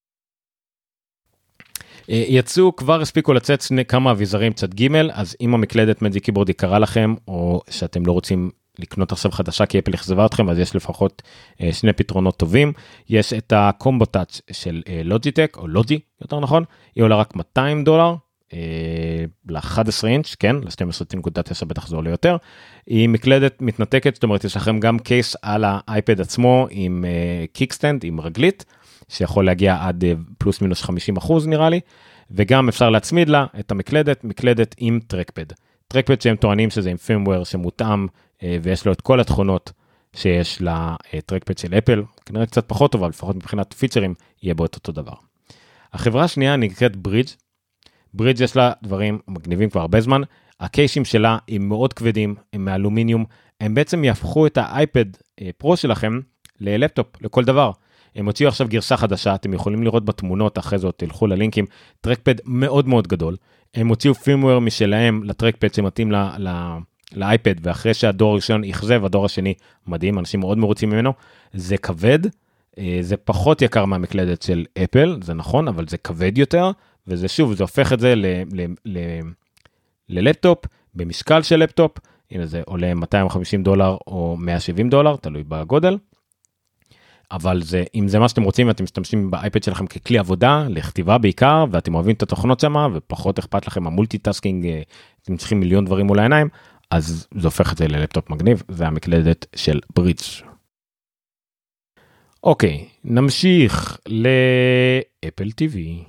יצאו, כבר הספיקו לצאת שני כמה אביזרים צד ג', אז אם המקלדת מג'יק קיבורד יקרה לכם, או שאתם לא רוצים לקנות עכשיו חדשה כי אפל אכזבה אתכם, אז יש לפחות שני פתרונות טובים. יש את הקומבו טאץ' של לוג'יטק, או לוג'י, יותר נכון, היא עולה רק מאתיים דולר, ל-אחד עשר אינץ', כן, ל-שתים עשרה נקודה תשע בטח זה עולה יותר. היא מקלדת מתנתקת, זאת אומרת, יש לכם גם קייס על האייפד עצמו, עם קיקסטנד, עם רגלית, שיכול להגיע עד פלוס מינוס חמישים אחוז נראה לי, וגם אפשר להצמיד לה את המקלדת, מקלדת עם טרקפד. טרקפד שהם טוענים שזה עם פירמוור שמותאם, ויש לו את כל התכונות שיש לטרקפד של אפל, כנראה קצת פחות טובה, לפחות מבחינת פיצ'רים, יהיה בו את אותו דבר. החברה השנייה נקראת ברידג'. ברידג' יש לה דברים מגניבים כבר הרבה זמן, הקיישים שלה הם מאוד כבדים, הם מאלומיניום, הם בעצם יהפכו את האייפד פרו שלכם ללפטופ, לכל דבר. הם הוציאו עכשיו גרסה חדשה, אתם יכולים לראות בתמונות אחרי זאת, תלכו ללינקים, טרקפד מאוד מאוד גדול, הם הוציאו פירמוור משלהם לטרקפד שמתאים ל, ל, לאייפד, ואחרי שהדור הראשון יחזב, הדור השני מדהים, אנשים מאוד מרוצים ממנו, זה כבד, זה פחות יקר מהמקלדת של אפל, זה נכון, אבל זה כבד יותר, וזה שוב, זה הופך את זה ל, ל, ל, ללפטופ, במשקל של לפטופ, הנה זה עולה מאתיים וחמישים דולר או מאה ושבעים דולר, תלוי בגודל, אבל זה, אם זה מה שאתם רוצים, ואתם משתמשים באייפד שלכם ככלי עבודה, לכתיבה בעיקר, ואתם אוהבים את התוכנות שמה, ופחות אכפת לכם המולטי-טאסקינג, אתם צריכים מיליון דברים מול העיניים, אז זה הופך את זה ללפטופ מגניב, זה המקלדת של ברידג'. אוקיי, נמשיך לאפל טי וי.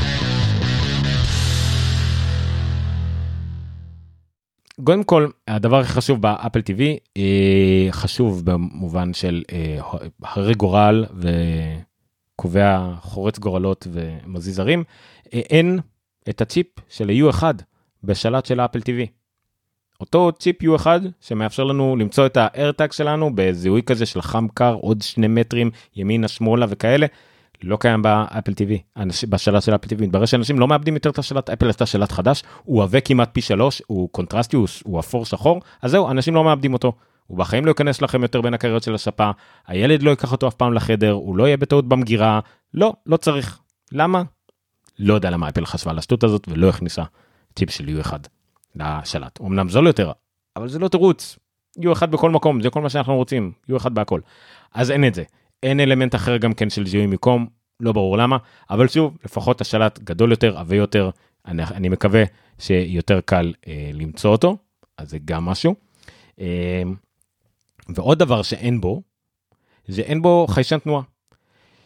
קודם כל, הדבר הכי חשוב באפל טי וי, חשוב במובן של הרי גורל וקובע חורץ גורלות ומזיז הרים, אין את הצ'יפ של יו אחד בשלט של האפל טי וי. אותו צ'יפ יו אחד שמאפשר לנו למצוא את האיירטאג שלנו בזיהוי כזה של חם קר, עוד שני מטרים ימינה שמאלה וכאלה, לא קיים באפל טי וי, בשלט של אפל טי וי. מתברר שאנשים לא מאבדים יותר את השלט, אפל עשתה שלט חדש, הוא עבה כמעט פי שלוש, הוא קונטרסטי, הוא אפור שחור, אז זהו, אנשים לא מאבדים אותו. הוא בחיים לא ייכנס לכם יותר בין הקריות של השפה, הילד לא ייקח אותו אף פעם לחדר, הוא לא יהיה בטעות במגירה, לא, לא צריך. למה? לא יודע למה אפל חשבה על השטות הזאת, ולא הכניסה טיפ של יו אחד לשלט. אמנם זול יותר, אבל זה לא תירוץ. יו אחד בכל מקום, זה כל מה שאנחנו רוצים, יו אחד בהכל. אז אין את זה. אין אלמנט אחר גם כן של זיהוי מיקום, לא ברור למה, אבל שוב, לפחות השלט גדול יותר, עבה יותר, אני, אני מקווה שיותר קל אה, למצוא אותו, אז זה גם משהו. אה, ועוד דבר שאין בו, זה אין בו חיישן תנועה.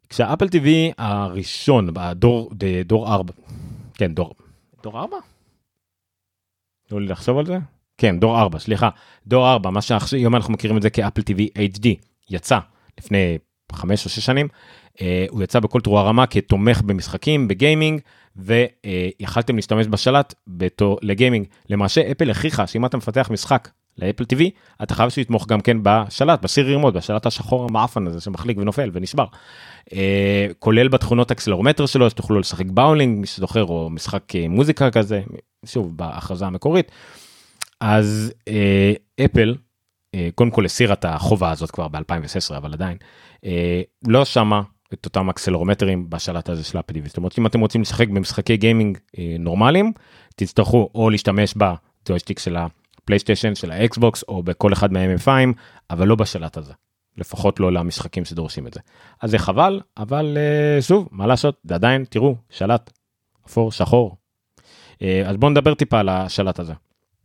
כשהאפל טי וי הראשון, בדור, דור ארבע, כן, דור, דור ארבע? תנו לי לחשוב על זה? כן, דור ארבע, סליחה, דור ארבע, מה שהיום אנחנו מכירים את זה כאפל טי וי אייץ' די, יצא לפני חמש או שש שנים, הוא יצא בכל תרועה רמה כתומך במשחקים, בגיימינג, ויכלתם להשתמש בשלט לגיימינג. למעשה אפל הכריחה שאם אתה מפתח משחק לאפל טי וי, אתה חייב שיתמוך גם כן בשלט, בסיר רימוט, בשלט השחור המאפן הזה שמחליק ונופל ונשבר. כולל בתכונות אקסלרומטר שלו, שתוכלו לשחק באולינג, מי שזוכר, או משחק מוזיקה כזה, שוב, בהכרזה המקורית. אז אפל, קודם כל הסירה את החובה הזאת כבר ב-אלפיים ושש עשרה, אבל עדיין, לא שמה את אותם אקסלרומטרים בשלט הזה של האפל טי וי. זאת אומרת, אם אתם רוצים לשחק במשחקי גיימינג נורמליים, תצטרכו או להשתמש בג'ויסטיק של הפלייסטיישן, של האקסבוקס, או בכל אחד מה-אם אף איי, אבל לא בשלט הזה. לפחות לא למשחקים שדורשים את זה. אז זה חבל, אבל שוב, מה לעשות? זה עדיין, תראו, שלט, אפור, שחור. אז בואו נדבר טיפה על השלט הזה.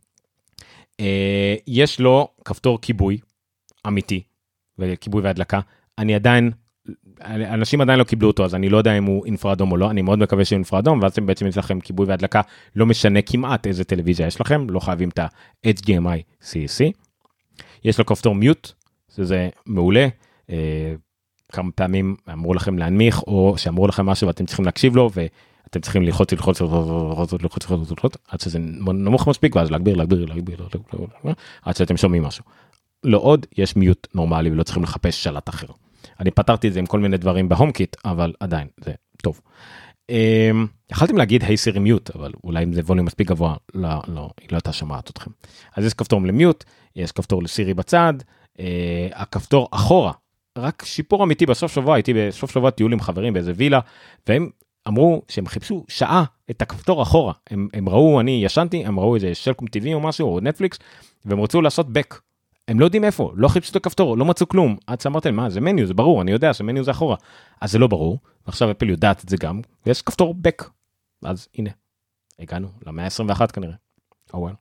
יש לו כפתור כיבוי אמיתי, וכיבוי והדלקה. אני עדיין, אנשים עדיין לא קיבלו אותו, אז אני לא יודע אם הוא אינפרדום או לא, אני מאוד מקווה שהוא אינפרדום, ואז בעצם יש לכם כיבוי והדלקה, לא משנה כמעט איזה טלוויזיה יש לכם, לא חייבים את ה-אייץ' די אם איי סי אס סי. יש לו כפתור מיוט, שזה מעולה, כמה פעמים אמרו לכם להנמיך, או שאמרו לכם משהו ואתם צריכים להקשיב לו, ואתם צריכים ללחוץ, ללחוץ, ללחוץ, ללחוץ, ללחוץ, עד שזה נמוך מספיק, ואז להגביר, להגביר, להגביר, עד שאתם שומעים משהו. לא עוד, יש מיוט נורמלי, ולא צריכים לחפש שלט אחר. אני פתרתי את זה עם כל מיני דברים בהום-קיט, אבל עדיין, זה טוב. יכלתם להגיד, היי סירי מיוט, אבל אולי אם זה ווליום מספיק גבוה, לא, לא, היא לא הייתה שומעת אתכם. אז יש כפתור למיוט, יש כפתור לסירי בצד, הכפתור אחורה, רק שיפור אמיתי בסוף שבוע, הייתי בסוף שבוע טיול עם חברים באיזה וילה, והם אמרו שהם חיפשו שעה את הכפתור אחורה, הם, הם ראו, אני ישנתי, הם ראו איזה שלקום טי וי או משהו, או נטפליקס, והם רצו לעשות בק, הם לא יודעים איפה, לא חיפשו את הכפתור, לא מצאו כלום, עד שאמרתם, מה, זה מניו, זה ברור, אני יודע שמניו זה אחורה, אז זה לא ברור, ועכשיו אפל יודעת את זה גם, ויש כפתור בק, אז הנה, הגענו למאה ה-עשרים ואחת כנראה, oh well.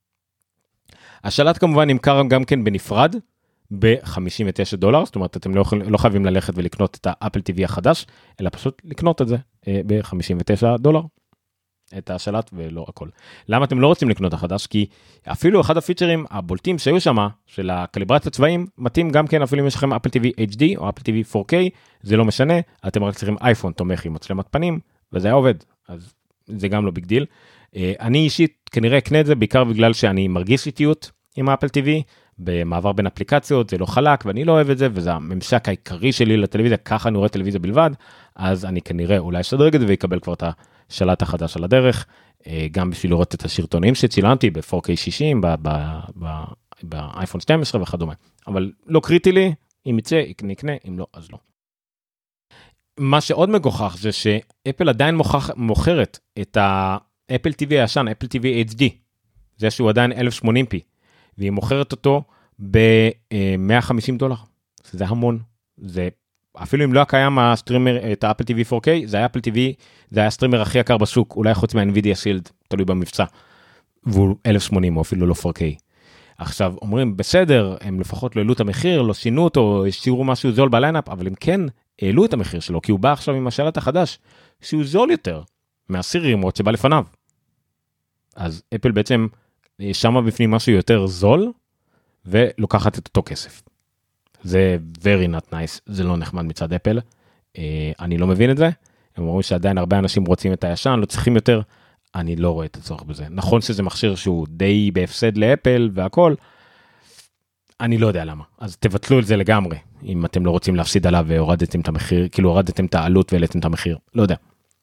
השלט כמובן נמכר גם כן בנפרד, ב-חמישים ותשעה דולר, זאת אומרת, אתם לא, לא חייבים ללכת ולקנות את האפל טי וי החדש, אלא פשוט לקנות את זה ב-חמישים ותשעה דולר, את השלט ולא הכל. למה אתם לא רוצים לקנות החדש? כי אפילו אחד הפיצ'רים הבולטים שהיו שם, של הקליברציה צבעים, מתאים גם כן, אפילו אם יש לכם אפל טי וי אייץ' די או אפל טי וי פור קיי, זה לא משנה, אתם רק צריכים אייפון תומך עם מצלמת פנים, וזה היה עובד, אז זה גם לא ביג דיל. אני אישית כנראה אקנה את זה, בעיקר בגלל שאני מרגיש איטיות עם האפל טי וי, במעבר בין אפליקציות, זה לא חלק, ואני לא אוהב את זה, וזה הממשק העיקרי שלי לטלוויזיה, ככה אני רואה טלוויזיה בלבד, אז אני כנראה אולי אשדרג את זה, ויקבל כבר את השלט החדש על הדרך, גם בשביל לראות את השרטונים שצילמתי, ב-פור קיי שישים, באייפון שתים עשרה וכדומה, אבל לא קריטי לי, אם יצא, נקנה, אם לא, אז לא. מה שעוד מגוחך, זה שאפל עדיין מוכח, מוכרת את האפל טי וי הישן, אפל טי וי אייץ' די, זה שהוא עדיין אלף ושמונים פי, והיא מוכרת אותו ב-מאה וחמישים דולר. זה המון. זה, אפילו אם לא הקיים הסטרימר, את האפל טי וי פור קיי, זה היה אפל טי וי, זה היה הסטרימר הכי יקר בשוק, אולי חוץ מה-NVIDIA Shield, תלוי במבצע, והוא אלף ושמונים או אפילו לא פור קיי. עכשיו, אומרים, בסדר, הם לפחות לא העלו את המחיר, לא שינו אותו, השאירו משהו זול בליינאפ, אבל הם כן העלו את המחיר שלו, כי הוא בא עכשיו עם השלט החדש, שהוא זול יותר, מהסיר רימוט שבא לפניו. אז אפל בעצם שמה בפנים משהו יותר זול, ולוקחת את אותו כסף. זה very not nice, זה לא נחמד מצד אפל, אני לא מבין את זה, הם אומרים שעדיין הרבה אנשים רוצים את הישן, לא צריכים יותר, אני לא רואה את הצורך בזה. נכון שזה מכשיר שהוא די בהפסד לאפל והכל, אני לא יודע למה, אז תבטלו את זה לגמרי, אם אתם לא רוצים להפסיד עליו והורדתם את המחיר, כאילו הורדתם את העלות והעליתם את המחיר, לא יודע.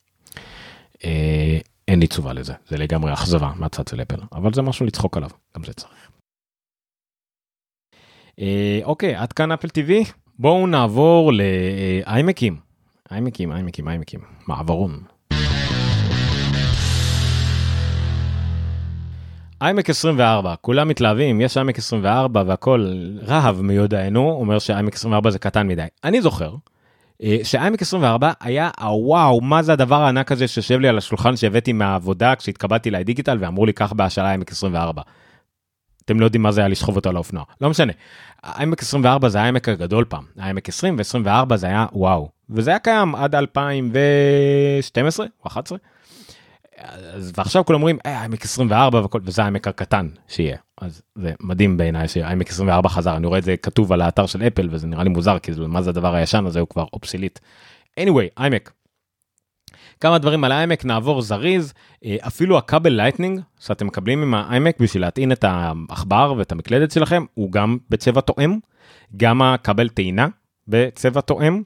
אין לי תשובה לזה, זה לגמרי אכזבה מהצד של אפל, אבל זה משהו לצחוק עליו, גם זה צריך. אוקיי, עד כאן אפל טי וי, בואו נעבור לאיימקים, איימקים, איימקים, איימקים, מעברון. איימק עשרים וארבע, כולם מתלהבים, יש איימק עשרים וארבע והכל רהב מיודענו, אומר שאיימק עשרים וארבע זה קטן מדי. אני זוכר שאיימק עשרים וארבע היה, וואו, מה זה הדבר הענק הזה שיושב לי על השולחן שהבאתי מהעבודה כשהתקבלתי לאי-דיגיטל ואמרו לי כך בהשאלה איימק עשרים וארבע. אתם לא יודעים מה זה היה לשכוב אותו על האופנוע, לא משנה. איימק עשרים וארבע זה האיימק הגדול פעם, האיימק עשרים ו-עשרים וארבע זה היה וואו, וזה היה קיים עד אלפיים ושתים עשרה או אחת עשרה, אז, ועכשיו כולם אומרים, אה, איימק עשרים וארבע, וכל, וזה האיימק הקטן שיהיה, אז זה מדהים בעיניי שהאיימק עשרים וארבע חזר, אני רואה את זה כתוב על האתר של אפל, וזה נראה לי מוזר, כי זה, מה זה הדבר הישן הזה, הוא כבר אובסוליט. anyway, איימק. כמה דברים על האיימק, נעבור זריז, אפילו הכבל לייטנינג, שאתם מקבלים עם האיימק בשביל להטעין את העכבר ואת המקלדת שלכם, הוא גם בצבע תואם, גם הכבל טעינה בצבע תואם,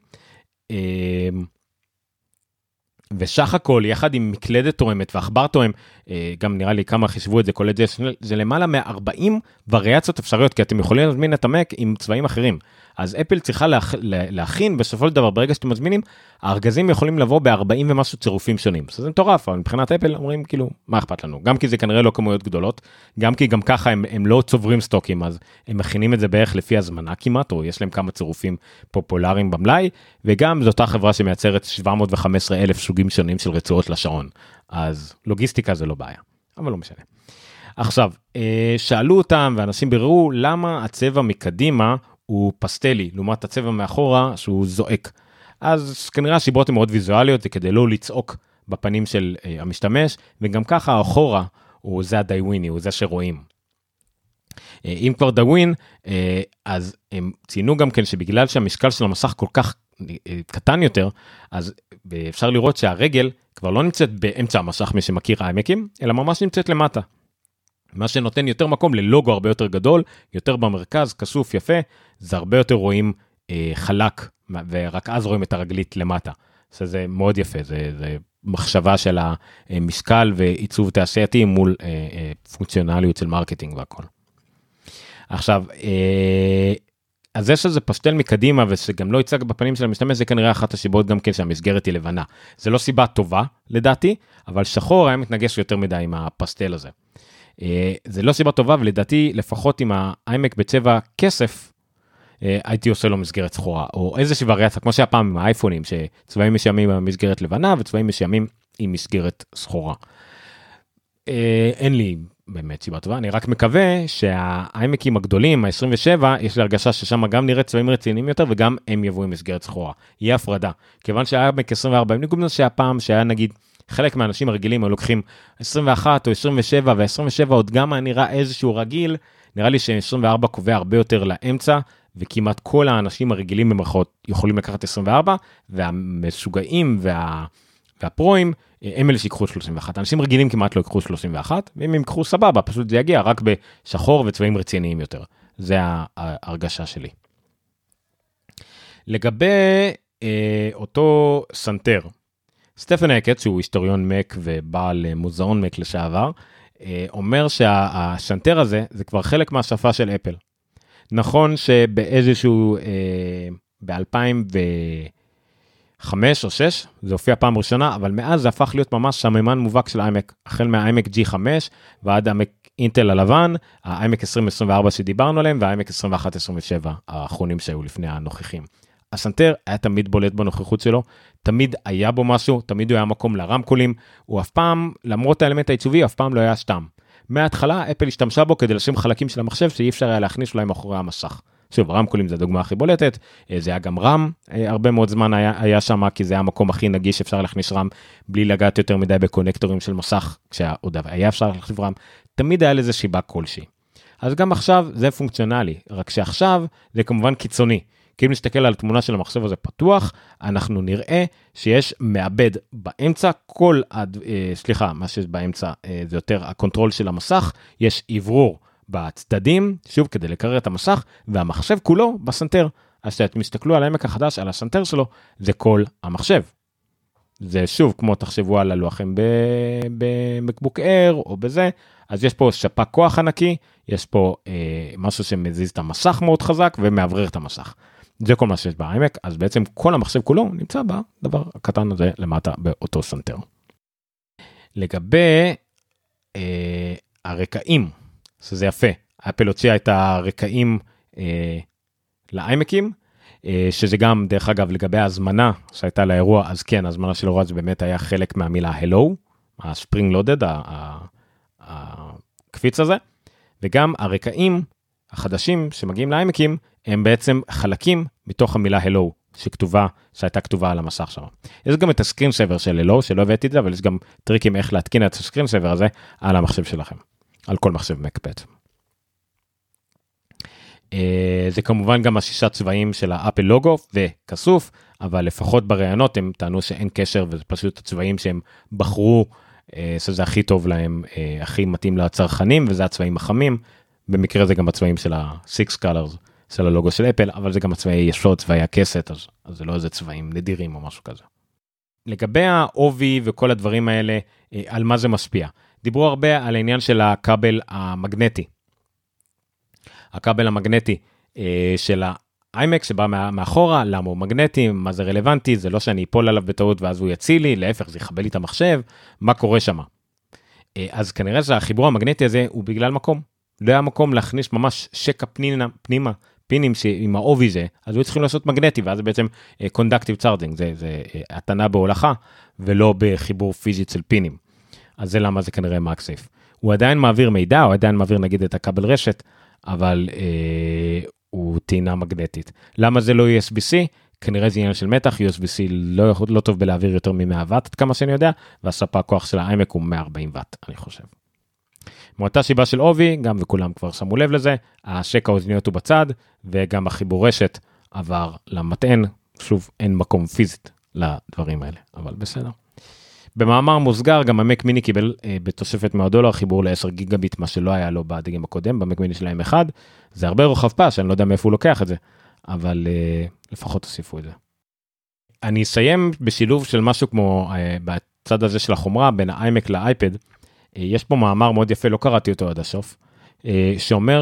ושך הכל, יחד עם מקלדת תואמת ועכבר תואם, גם נראה לי כמה חישבו את זה, כל את זה, זה למעלה מ-ארבעים וריאציות אפשריות, כי אתם יכולים להזמין את המק עם צבעים אחרים. אז אפל צריכה להכ... להכין, בסופו של דבר, ברגע שאתם מזמינים, הארגזים יכולים לבוא ב-ארבעים ומשהו צירופים שונים. זה מטורף, אבל מבחינת אפל אומרים, כאילו, מה אכפת לנו? גם כי זה כנראה לא כמויות גדולות, גם כי גם ככה הם, הם לא צוברים סטוקים, אז הם מכינים את זה בערך לפי הזמנה כמעט, או יש להם כמה צירופים פופולריים במלאי, וגם זו אותה חברה שמייצרת שבע מאות וחמש עשרה אלף סוגים שונים של רצועות לשעון. אז לוגיסטיקה זה לא בעיה, אבל לא משנה. עכשיו, שאלו אותם, ואנשים ביררו, למה הצבע מקדימה הוא פסטלי, לעומת הצבע מאחורה שהוא זועק. אז כנראה השיבות הן מאוד ויזואליות, זה כדי לא לצעוק בפנים של uh, המשתמש, וגם ככה האחורה הוא זה הדייוויני, הוא זה שרואים. Uh, אם כבר דייווין, uh, אז הם ציינו גם כן שבגלל שהמשקל של המסך כל כך uh, קטן יותר, אז uh, אפשר לראות שהרגל כבר לא נמצאת באמצע המסך מי שמכיר איימקים, אלא ממש נמצאת למטה. מה שנותן יותר מקום ללוגו הרבה יותר גדול, יותר במרכז, כסוף, יפה, זה הרבה יותר רואים אה, חלק, ורק אז רואים את הרגלית למטה. זה מאוד יפה, זה, זה מחשבה של המשקל ועיצוב תעשייתי מול אה, אה, פונקציונליות של מרקטינג והכל. עכשיו, אה, אז זה שזה פשטל מקדימה ושגם לא יצג בפנים של המשתמש, זה כנראה אחת הסיבות גם כן שהמסגרת היא לבנה. זה לא סיבה טובה לדעתי, אבל שחור היה מתנגש יותר מדי עם הפסטל הזה. זה לא סיבה טובה, ולדעתי לפחות עם האיימק בצבע כסף, הייתי עושה לו מסגרת שחורה, או איזושהי וריאציה, כמו שהיה פעם עם האייפונים, שצבעים משיימים עם מסגרת לבנה, וצבעים משיימים עם מסגרת שחורה. אין לי באמת סיבה טובה, אני רק מקווה שהאיימקים הגדולים, ה-עשרים ושבע, יש לי הרגשה ששם גם נראה צבעים רציניים יותר, וגם הם יבואו עם מסגרת שחורה. יהיה הפרדה. כיוון שהאיימק עשרים וארבע, הם ניגוד שהיה פעם שהיה נגיד, חלק מהאנשים הרגילים היו לוקחים עשרים ואחת או עשרים ושבע, ו-עשרים ושבע עוד גם נראה איזשהו רגיל, נראה לי ש-עשרים וארבע קובע הרבה יותר לאמצע, וכמעט כל האנשים הרגילים במרכאות יכולים לקחת עשרים וארבע, והמשוגעים וה... והפרוים, הם אלה שיקחו שלושים ואחת. אנשים רגילים כמעט לא יקחו שלושים ואחת, ואם הם יקחו סבבה, פשוט זה יגיע רק בשחור וצבעים רציניים יותר. זה ההרגשה שלי. לגבי אה, אותו סנטר, סטפן הקט, שהוא היסטוריון מק ובעל מוזיאון מק לשעבר, אומר שהשנטר הזה זה כבר חלק מהשפה של אפל. נכון שבאיזשהו, ב-אלפיים וחמש או שש, זה הופיע פעם ראשונה, אבל מאז זה הפך להיות ממש סממן מובהק של איימק, החל מהאיימק ג'י חמש ועד האיימק אינטל הלבן, האיימק עשרים עשרים וארבע שדיברנו עליהם, והאיימק עשרים ואחת עשרים ושבע, האחרונים שהיו לפני הנוכחים. הסנטר היה תמיד בולט בנוכחות שלו, תמיד היה בו משהו, תמיד הוא היה מקום לרמקולים, הוא אף פעם, למרות האלמנט העיצובי, אף פעם לא היה סתם. מההתחלה, אפל השתמשה בו כדי לשים חלקים של המחשב, שאי אפשר היה להכניס אולי מאחורי המסך. שוב, רמקולים זה הדוגמה הכי בולטת, זה היה גם רם, הרבה מאוד זמן היה, היה שם, כי זה היה המקום הכי נגיש, אפשר להכניס רם, בלי לגעת יותר מדי בקונקטורים של מסך, כשעוד היה אפשר להכניס רם, תמיד היה לזה שיבה כלשהי. אז גם עכשיו זה פונקציונלי, רק שעכשיו זה כמובן קיצוני. כי אם נסתכל על התמונה של המחשב הזה פתוח, אנחנו נראה שיש מעבד באמצע, כל, אה, סליחה, מה שיש באמצע אה, זה יותר הקונטרול של המסך, יש עברור בצדדים, שוב כדי לקרר את המסך, והמחשב כולו בסנטר. אז שאתם מסתכלו על העמק החדש, על הסנטר שלו, זה כל המחשב. זה שוב, כמו תחשבו על הלוחם במקבוק אייר או בזה, אז יש פה שפק כוח ענקי, יש פה אה, משהו שמזיז את המסך מאוד חזק ומעברר את המסך. זה כל מה שיש באיימק, אז בעצם כל המחשב כולו נמצא בדבר הקטן הזה למטה באותו סנטר. לגבי אה, הרקעים, שזה יפה, אפל הוציאה את הרקעים אה, לאיימקים, אה, שזה גם דרך אגב לגבי ההזמנה שהייתה לאירוע, אז כן, ההזמנה של אירוע זה באמת היה חלק מהמילה hello, הספרינג לודד, הקפיץ הזה, וגם הרקעים החדשים שמגיעים לאיימקים, הם בעצם חלקים מתוך המילה hello, שכתובה, שהייתה כתובה על המסך שם. יש גם את הסקרין סייבר של אלו, שלא הבאתי את זה, אבל יש גם טריקים איך להתקין את הסקרין סייבר הזה על המחשב שלכם, על כל מחשב Mac בעצם. זה כמובן גם השישה צבעים של האפל לוגו וכסוף, אבל לפחות ברעיונות הם טענו שאין קשר, וזה פשוט הצבעים שהם בחרו, שזה הכי טוב להם, הכי מתאים לצרכנים, וזה הצבעים החמים, במקרה זה גם הצבעים של ה-Six Colors, של הלוגו של אפל, אבל זה גם הצבעי יסוד, צבעי הכסת, אז, אז זה לא איזה צבעים נדירים או משהו כזה. לגבי ה-או וי וכל הדברים האלה, על מה זה משפיע? דיברו הרבה על העניין של הכבל המגנטי. הכבל המגנטי של ה-iMac שבא מאחורה, למה הוא מגנטי, מה זה רלוונטי, זה לא שאני אפול עליו בטעות ואז הוא יציל לי, להפך זה יחבל לי את המחשב, מה קורה שם? אז כנראה שהחיבור המגנטי הזה הוא בגלל מקום. לא היה מקום להכניס ממש שקע פנימה, פנימה, פינים עם ה-או וי זה, אז היו צריכים לעשות מגנטי, ואז זה בעצם conductive charging, זה, זה התנה בהולכה, ולא בחיבור פיזית של פינים. אז זה למה זה כנראה MagSafe. הוא עדיין מעביר מידע, הוא עדיין מעביר נגיד את הכבל רשת, אבל אה, הוא טעינה מגנטית. למה זה לא יו אס בי סי? כנראה זה עניין של מתח, יו אס בי סי לא, לא טוב בלהעביר יותר מ-מאה וואט, עד כמה שאני יודע, והספק כוח של ה-iMac הוא מאה וארבעים וואט, אני חושב. מאותה שיבה של או וי, גם וכולם כבר שמו לב לזה, השקע האוזניות הוא בצד, וגם החיבור רשת עבר למטען, שוב אין מקום פיזית לדברים האלה, אבל בסדר. במאמר מוסגר, גם המק מיני קיבל אה, בתוספת מאה דולר חיבור ל-עשרה גיגביט, מה שלא היה לו בדגם הקודם, במק מיני שלהם אחד, זה הרבה רוחב פס, אני לא יודע מאיפה הוא לוקח את זה, אבל אה, לפחות תוסיפו את זה. אני אסיים בשילוב של משהו כמו, אה, בצד הזה של החומרה, בין ה-iMac לאייפד, יש פה מאמר מאוד יפה, לא קראתי אותו עד הסוף, שאומר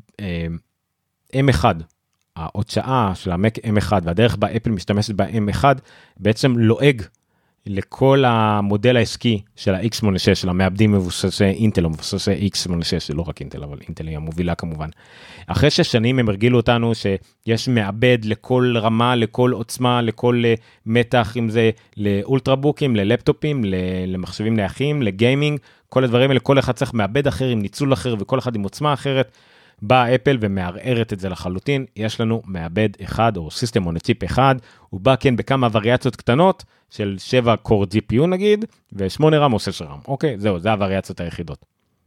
שה-אם אחת, ההוצאה של ה-Mac אם אחת, והדרך בה אפל משתמשת ב-אם אחת, בעצם לועג לכל המודל העסקי של ה-אקס שמונים ושש, של המעבדים מבוססי אינטל, או מבוססי אקס שמונים ושש, זה לא רק אינטל, אבל אינטל היא המובילה כמובן. אחרי שש שנים הם הרגילו אותנו שיש מעבד לכל רמה, לכל עוצמה, לכל מתח, אם זה לאולטרבוקים, ללפטופים, למחשבים נייחים, לגיימינג, כל הדברים האלה, כל אחד צריך מעבד אחר עם ניצול אחר, וכל אחד עם עוצמה אחרת, באה אפל ומערערת את זה לחלוטין, יש לנו מעבד אחד, או סיסטם או צ'יפ אחד, הוא בא כן בכמה וריאציות קטנות, של שבע קור ג'י פי יו נגיד, ושמונה רם או שש רם, אוקיי? זהו, זה הווריאציות היחידות.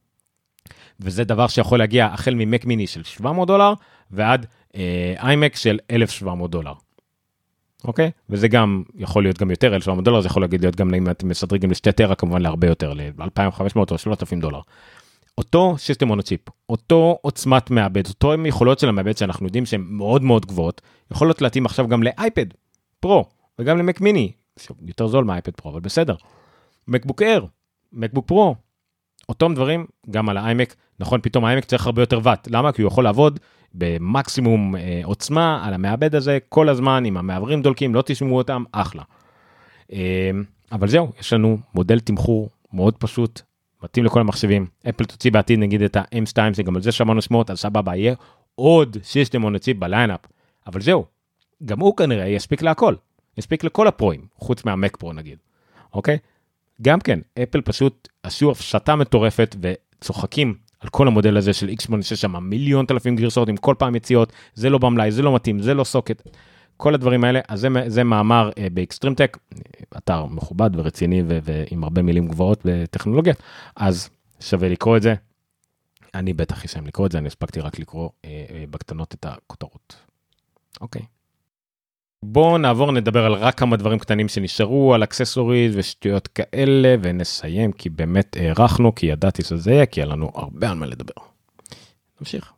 וזה דבר שיכול להגיע החל ממק מיני של שבע מאות דולר, ועד iMac של אלף ושבע מאות דולר. אוקיי? וזה גם יכול להיות גם יותר, אלף ושבע מאות דולר, זה יכול להיות גם אם אתם מסדרים לשתי טרה, כמובן להרבה יותר, ל-אלפיים וחמש מאות או שלושת אלפים דולר. אותו סיסטם און צ'יפ, אותו עוצמת מעבד, אותו עם יכולות של המעבד שאנחנו יודעים שהן מאוד מאוד גבוהות, יכולות להתאים עכשיו גם לאייפד פרו, וגם למק מיני, יותר זול מהאייפד פרו, אבל בסדר. מקבוק אייר, מקבוק פרו, אותם דברים, גם על האיימק, נכון, פתאום האיימק צריך הרבה יותר וואט, למה? כי הוא יכול לעבוד במקסימום אה, עוצמה על המעבד הזה, כל הזמן, עם המעברים דולקים, לא תשמעו אותם, אחלה. אה, אבל זהו, יש לנו מודל תמחור מאוד פשוט, מתאים לכל המחשבים, אפל תוציא בעתיד נגיד את ה-אם שתיים, שגם על זה שמענו שמות, אז סבבה, יהיה עוד סיסטם און צ'יפ בליינאפ, אבל זהו, גם הוא כנראה יספיק להכל, יספיק לכל הפרוים, חוץ מהמק פרו נגיד, אוקיי? גם כן, אפל פשוט עשו הפשטה מטורפת וצוחקים על כל המודל הזה של אקס שמונים ושש, שם מיליון תלפים גרסאות עם כל פעם יציאות, זה לא במלאי, זה לא מתאים, זה לא סוקט, כל הדברים האלה, אז זה, זה מאמר אה, באקסטרימטק, אתר מכובד ורציני ו- ועם הרבה מילים גבוהות בטכנולוגיה, אז שווה לקרוא את זה, אני בטח אסיים לקרוא את זה, אני הספקתי רק לקרוא אה, אה, בקטנות את הכותרות. אוקיי. בואו נעבור, נדבר על רק כמה דברים קטנים שנשארו, על אקססוריז ושטויות כאלה, ונסיים, כי באמת הערכנו, כי ידעתי שזה יהיה, כי היה לנו הרבה על מה לדבר. נמשיך.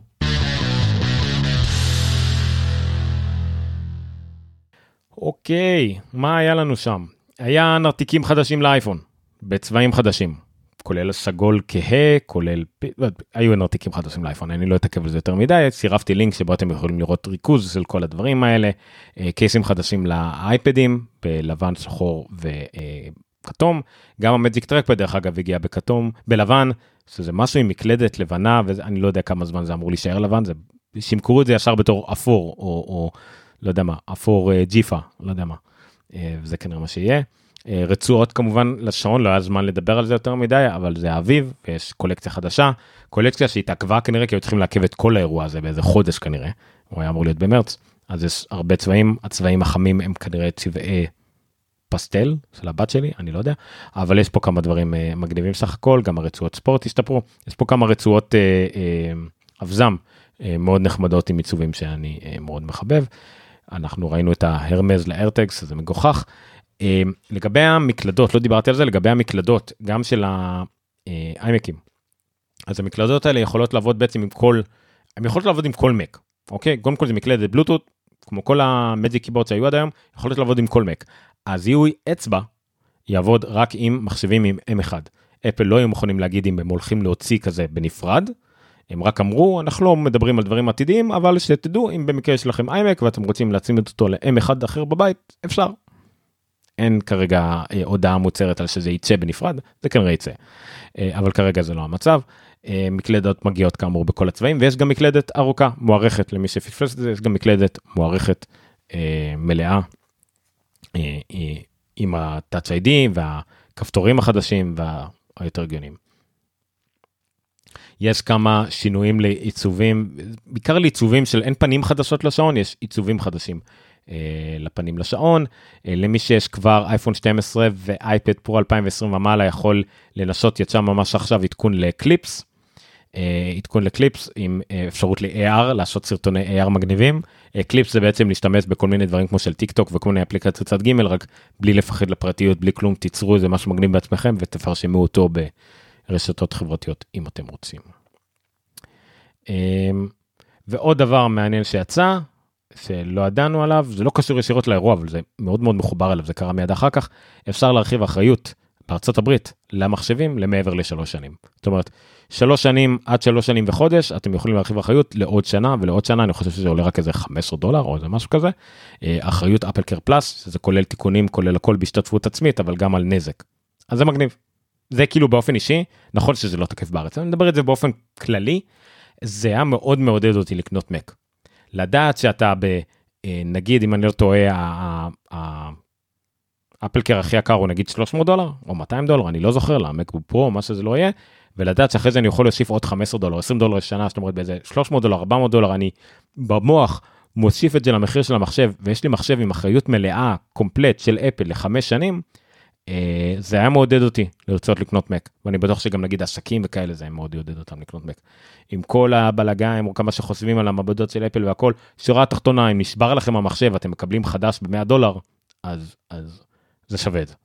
אוקיי, מה היה לנו שם? היה נרתיקים חדשים לאייפון, בצבעים חדשים, כולל סגול כהה, כולל, היו נרתיקים חדשים לאייפון, אני לא אתעכב על זה יותר מדי, צירפתי לינק שבו אתם יכולים לראות ריכוז של כל הדברים האלה, קייסים חדשים לאייפדים, בלבן, שחור וכתום, גם המג'יק טרקפד דרך אגב הגיע בכתום, בלבן, שזה משהו עם מקלדת לבנה, ואני לא יודע כמה זמן זה אמור להישאר לבן, זה, שימכרו את זה ישר בתור אפור, או, או לא יודע מה, אפור ג'יפה, לא יודע מה, וזה כנראה מה שיהיה. רצועות כמובן לשעון, לא היה זמן לדבר על זה יותר מדי, אבל זה האביב, ויש קולקציה חדשה, קולקציה שהתעכבה כנראה, כי היו צריכים לעכב את כל האירוע הזה באיזה חודש כנראה, הוא היה אמור להיות במרץ, אז יש הרבה צבעים, הצבעים החמים הם כנראה צבעי פסטל של הבת שלי, אני לא יודע, אבל יש פה כמה דברים uh, מגניבים סך הכל, גם הרצועות ספורט השתפרו, יש פה כמה רצועות uh, uh, אבזם uh, מאוד נחמדות עם עיצובים שאני uh, מאוד מחבב, אנחנו ראינו את ההרמז לארטקס, זה מגוחך, uh, לגבי המקלדות, לא דיברתי על זה, לגבי המקלדות, גם של האיימקים, אז המקלדות האלה יכולות לעבוד בעצם עם כל, הן יכולות לעבוד עם כל מק, אוקיי? קודם כל זה מקלדת בלוטות, כמו כל המג'יק קיבורד שהיו עד היום, יכולות לעבוד עם כל מק. הזיהוי אצבע יעבוד רק עם מחשבים עם אם אחד. אפל לא היו מוכנים להגיד אם הם הולכים להוציא כזה בנפרד, הם רק אמרו, אנחנו לא מדברים על דברים עתידיים, אבל שתדעו, אם במקרה יש לכם איימק ואתם רוצים להצמיד אותו ל-אם אחד אחר בבית, אפשר. אין כרגע הודעה מוצרת על שזה יצא בנפרד, זה כנראה יצא. אבל כרגע זה לא המצב. מקלדות מגיעות כאמור בכל הצבעים, ויש גם מקלדת ארוכה, מוערכת, למי שפספס את זה, יש גם מקלדת מוערכת מלאה, עם ה-Touch איי די והכפתורים החדשים והיותר גאונים. יש כמה שינויים לעיצובים, בעיקר לעיצובים של אין פנים חדשות לשעון, יש עיצובים חדשים לפנים לשעון, למי שיש כבר אייפון שתים עשרה ואייפד פרו אלפיים ועשרים ומעלה יכול לנסות, יצא ממש עכשיו עדכון לקליפס, עדכון לקליפס עם אפשרות ל-איי אר, לעשות סרטוני איי אר מגניבים. קליפס זה בעצם להשתמש בכל מיני דברים כמו של טיק טוק וכל מיני אפליקציות צד ג' רק בלי לפחד לפרטיות, בלי כלום, תיצרו איזה משהו מגניב בעצמכם ותפרשמו אותו ברשתות חברתיות אם אתם רוצים. ועוד דבר מעניין שיצא, שלא ידענו עליו, זה לא קשור ישירות לאירוע, אבל זה מאוד מאוד מחובר אליו, זה קרה מיד אחר כך, אפשר להרחיב אחריות בארצות הברית למחשבים למעבר לשלוש שנים. זאת אומרת, שלוש שנים עד שלוש שנים וחודש, אתם יכולים להרחיב אחריות לעוד שנה, ולעוד שנה אני חושב שזה עולה רק איזה חמישה עשר דולר, או איזה משהו כזה. אחריות אפל קר פלאס, שזה כולל תיקונים, כולל הכל בהשתתפות עצמית, אבל גם על נזק. אז זה מגניב. זה כאילו באופן אישי, נכון שזה לא תקף בארץ, אני מדבר את זה באופן כללי, זה היה מאוד מעודד אותי לקנות מק. לדעת שאתה ב, נגיד, אם אני לא טועה, האפל קר הכי יקר הוא נגיד שלוש מאות דולר, או מאתיים דולר, אני לא זוכר לה, מקבוק פרו, מה שזה לא יהיה, ולדעת שאחרי זה אני יכול להוסיף עוד חמישה עשר דולר, עשרים דולר לשנה, זאת אומרת באיזה שלוש מאות דולר, ארבע מאות דולר, אני במוח מוסיף את זה למחיר של המחשב, ויש לי מחשב עם אחריות מלאה, קומפלט של אפל לחמש שנים, זה היה מעודד אותי לרצות לקנות מק, ואני בטוח שגם נגיד עסקים וכאלה, זה מאוד יעודד אותם לקנות מק. עם כל הבלגיים, או כמה שחושבים על המעבדות של אפל והכל, שורה התחתונה, אם נשבר לכם המחשב, אתם מקבלים חדש ב-מאה דולר, אז, אז זה שווה את זה.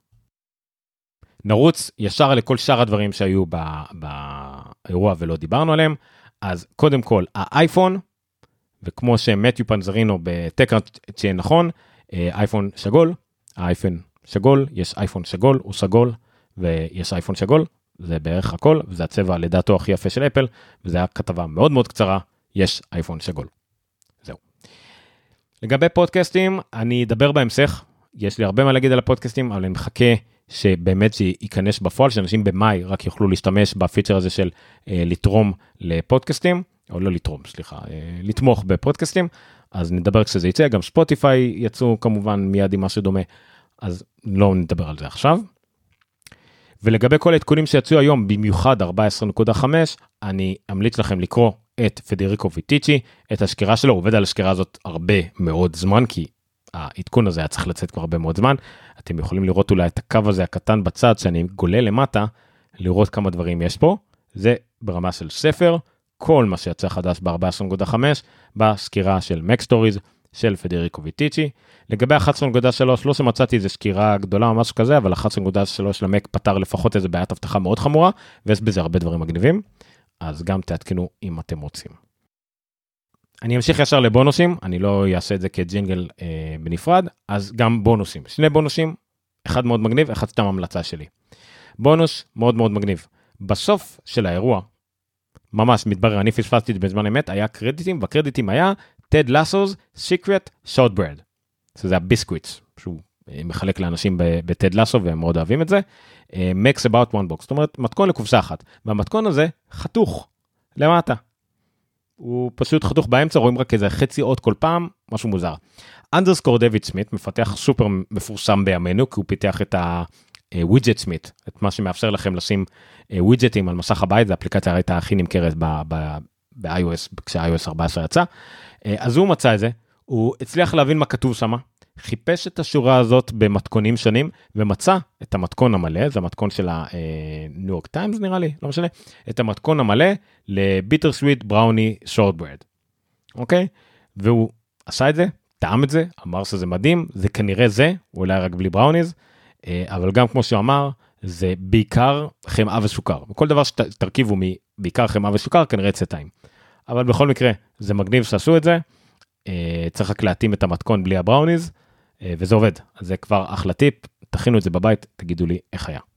נרוץ ישר לכל שאר הדברים שהיו באירוע ולא דיברנו עליהם, אז קודם כל, האייפון, וכמו שמתיו פנזרינו בטקראנץ' ציין נכון, אייפון שגול, האייפון שגול, יש אייפון שגול, הוא סגול, ויש אייפון שגול, זה בערך הכל, וזה הצבע לדעתו הכי יפה של אפל, וזה היה כתבה מאוד מאוד קצרה, יש אייפון שגול. זהו. לגבי פודקאסטים, אני אדבר בהמשך, יש לי הרבה מה להגיד על הפודקאסטים, אבל אני מחכה שבאמת שייכנס בפועל, שאנשים במאי רק יוכלו להשתמש בפיצ'ר הזה של אה, לתרום לפודקאסטים, או לא לתרום, סליחה, אה, לתמוך בפודקאסטים, אז נדבר כשזה יצא, גם ספוטיפיי יצאו כמובן מיד עם משהו דומה, אז לא נדבר על זה עכשיו. ולגבי כל העדכונים שיצאו היום, במיוחד ארבע עשרה נקודה חמש, אני אמליץ לכם לקרוא את פדריקו ויטיצ'י, את השקירה שלו, הוא עובד על השקירה הזאת הרבה מאוד זמן, כי העדכון הזה היה צריך לצאת כבר הרבה מאוד זמן, אתם יכולים לראות אולי את הקו הזה הקטן בצד, שאני גולה למטה, לראות כמה דברים יש פה, זה ברמה של ספר, כל מה שיצא חדש ב-ארבע עשרה נקודה חמש, בסקירה של Mac Stories, של פדריקו ויטיצ'י. לגבי אחת עשרה נקודה שלוש, לא שמצאתי איזו סקירה גדולה או משהו כזה, אבל אחת עשרה נקודה שלוש למק פתר לפחות איזו בעיית הבטחה מאוד חמורה, ויש בזה הרבה דברים מגניבים, אז גם תעדכנו אם אתם רוצים. אני אמשיך ישר לבונוסים, אני לא אעשה את זה כג'ינגל אה, בנפרד, אז גם בונוסים. שני בונוסים, אחד מאוד מגניב, אחד סתם המלצה שלי. בונוס מאוד מאוד מגניב. בסוף של האירוע, ממש מתברר, אני פספסתי את זה בזמן אמת, היה קרדיטים, והקרדיטים היה טד לסו's Secret Shortbread. זה הביסקוויטס, שהוא מחלק לאנשים בטד לסו, והם מאוד אוהבים את זה. Makes about one box, זאת אומרת, מתכון לקופסה אחת. והמתכון הזה חתוך למטה. הוא פשוט חתוך באמצע, רואים רק איזה חצי עוד כל פעם, משהו מוזר. אנדרסקור דויד סמית, מפתח סופר מפורסם בימינו, כי הוא פיתח את ה-widget סמית, את מה שמאפשר לכם לשים ווידג'טים על מסך הבית, זו האפליקציה הייתה הכי נמכרת ב-iOS, כשה-iOS ארבע עשרה יצא. אז הוא מצא את זה, הוא הצליח להבין מה כתוב שם, חיפש את השורה הזאת במתכונים שונים, ומצא את המתכון המלא, זה המתכון של הניו יורק טיימס נראה לי, לא משנה, את המתכון המלא לביטר סוויט בראוני שורטברד. אוקיי? והוא עשה את זה, טעם את זה, אמר שזה מדהים, זה כנראה זה, אולי רק בלי בראוניז, אבל גם כמו שהוא אמר, זה בעיקר חמאה וסוכר. וכל דבר שתרכיבו מבעיקר חמאה וסוכר, כנראה יצא טעים. אבל בכל מקרה, זה מגניב שעשו את זה, צריך רק להתאים את המתכון בלי הבראוניז, וזה עובד. אז זה כבר אחלה טיפ, תכינו את זה בבית, תגידו לי איך היה.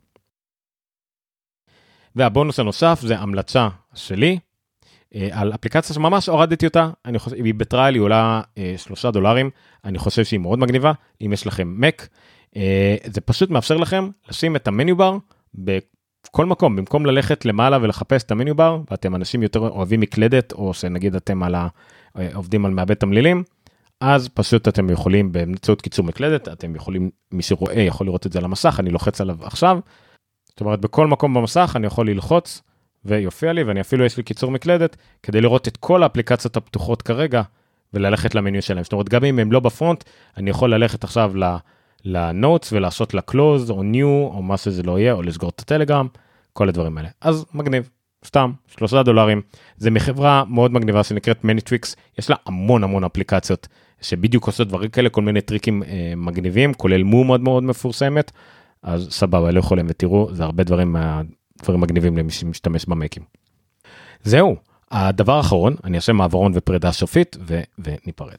והבונוס הנוסף זה המלצה שלי, על אפליקציה שממש הורדתי אותה, אני חושב, היא בטרייל, היא עולה שלושה דולרים, אני חושב שהיא מאוד מגניבה, אם יש לכם מק, זה פשוט מאפשר לכם לשים את המניו בר בכל מקום, במקום ללכת למעלה ולחפש את המניו בר, ואתם אנשים יותר אוהבים מקלדת, או שנגיד אתם על ה... עובדים על מעבד תמלילים, אז פשוט אתם יכולים, באמצעות קיצור מקלדת, אתם יכולים, מי שרואה יכול לראות את זה על המסך, אני לוחץ עליו עכשיו, זאת אומרת, בכל מקום במסך אני יכול ללחוץ, ויופיע לי, ואני אפילו יש לי קיצור מקלדת, כדי לראות את כל האפליקציות הפתוחות כרגע, וללכת למניו שלהם. זאת אומרת, גם אם הם לא בפרונט, אני יכול ללכת עכשיו לנוטס, ולעשות לה-close, או new, או מה שזה לא יהיה, או לסגור את הטלגרם, כל הדברים האלה. אז מגניב. סתם, שלושה דולרים, זה מחברה מאוד מגניבה שנקראת מניטריקס, יש לה המון המון אפליקציות, שבדיוק עושות דברים כאלה, כל מיני טריקים אה, מגניבים, כולל מו מאוד מאוד מפורסמת, אז סבבה, לא יכולים ותראו, זה הרבה דברים, דברים מגניבים למי שמשתמש במקים. זהו, הדבר האחרון, אני אעשה מעברון ופרידה סופית, ו- וניפרד.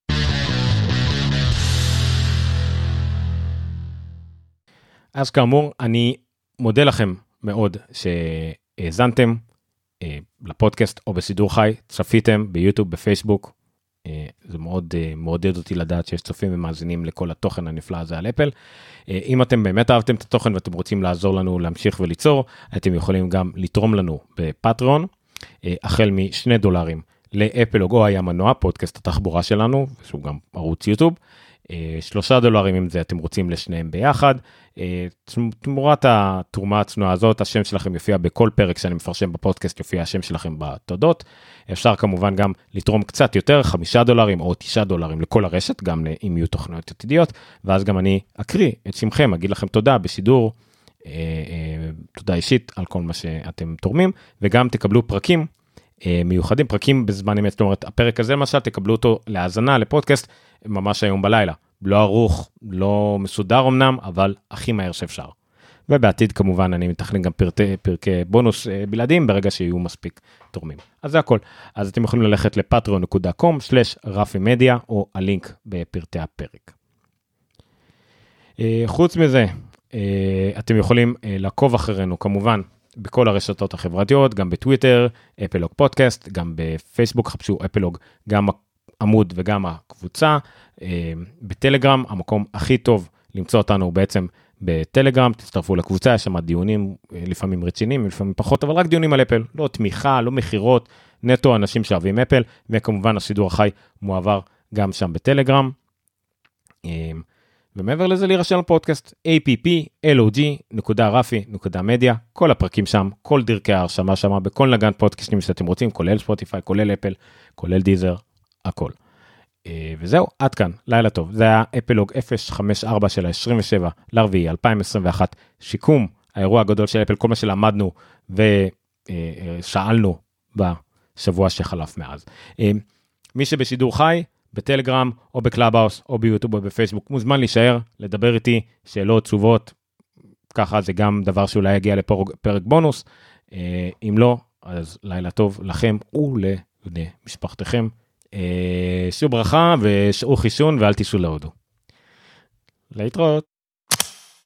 אז כאמור, אני מודה לכם מאוד ש... האזנתם אה, לפודקאסט או בשידור חי, צפיתם ביוטיוב, בפייסבוק, אה, זה מאוד אה, מעודד אותי לדעת שיש צופים ומאזינים לכל התוכן הנפלא הזה על אפל. אה, אם אתם באמת אהבתם את התוכן ואתם רוצים לעזור לנו להמשיך וליצור, אתם יכולים גם לתרום לנו בפטריון, אה, החל משני דולרים לאפלוג או היה מנוע, פודקאסט התחבורה שלנו, שהוא גם ערוץ יוטיוב, שלושה דולרים אם זה אתם רוצים לשניהם ביחד, תמורת התרומה הצנועה הזאת, השם שלכם יופיע בכל פרק שאני מפרשם בפודקאסט, יופיע השם שלכם בתודות, אפשר כמובן גם לתרום קצת יותר, חמישה דולרים או תשעה דולרים לכל הרשת, גם אם יהיו תוכניות עתידיות, ואז גם אני אקריא את שמכם, אגיד לכם תודה בשידור, תודה אישית על כל מה שאתם תורמים, וגם תקבלו פרקים מיוחדים, פרקים בזמן אמת, זאת אומרת, הפרק הזה למשל, תקבלו אותו להאזנה, לפודקאסט, ממש היום בלילה, לא ערוך, לא מסודר אמנם, אבל הכי מהר שאפשר. ובעתיד כמובן אני מתכנן גם פרטי, פרקי בונוס בלעדים, ברגע שיהיו מספיק תורמים. אז זה הכל. אז אתם יכולים ללכת לפטריון דוט קום סלש רפי מדיה, או הלינק בפרטי הפרק. חוץ מזה, אתם יכולים לעקוב אחרינו כמובן, בכל הרשתות החברתיות, גם בטוויטר, אפלוג פודקאסט, גם בפייסבוק, חפשו אפלוג, גם עמוד וגם הקבוצה, בטלגרם, המקום הכי טוב למצוא אותנו הוא בעצם בטלגרם, תצטרפו לקבוצה, יש שם דיונים לפעמים רציניים, לפעמים פחות, אבל רק דיונים על אפל, לא תמיכה, לא מחירות, נטו אנשים שאוהבים אפל, וכמובן השידור החי מועבר גם שם בטלגרם. ומעבר לזה להירשם לפודקאסט, איי פי פי אל או ג'י דוט רפי דוט מדיה, כל הפרקים שם, כל דרכי ההרשמה שם, בכל נגן פודקאסטים שאתם רוצים, כולל ספוטיפיי, כולל אפל, כולל דיזר, הכל. וזהו, עד כאן, לילה טוב. זה היה אפלוג אפס חמש ארבע של ה-עשרים ושבעה לרביעי אלפיים עשרים ואחת, שיקום האירוע הגדול של אפל, כל מה שלמדנו ושאלנו בשבוע שחלף מאז. מי שבשידור חי, בטלגרם או בקלאבהאוס או ביוטיוב או בפייסבוק, מוזמן להישאר, לדבר איתי, שאלות, תשובות, ככה זה גם דבר שאולי יגיע לפרק בונוס, אם לא, אז לילה טוב לכם ולבני משפחתכם, שוב ברכה ושעו חישון ואל תיסעו להודו. להתראות.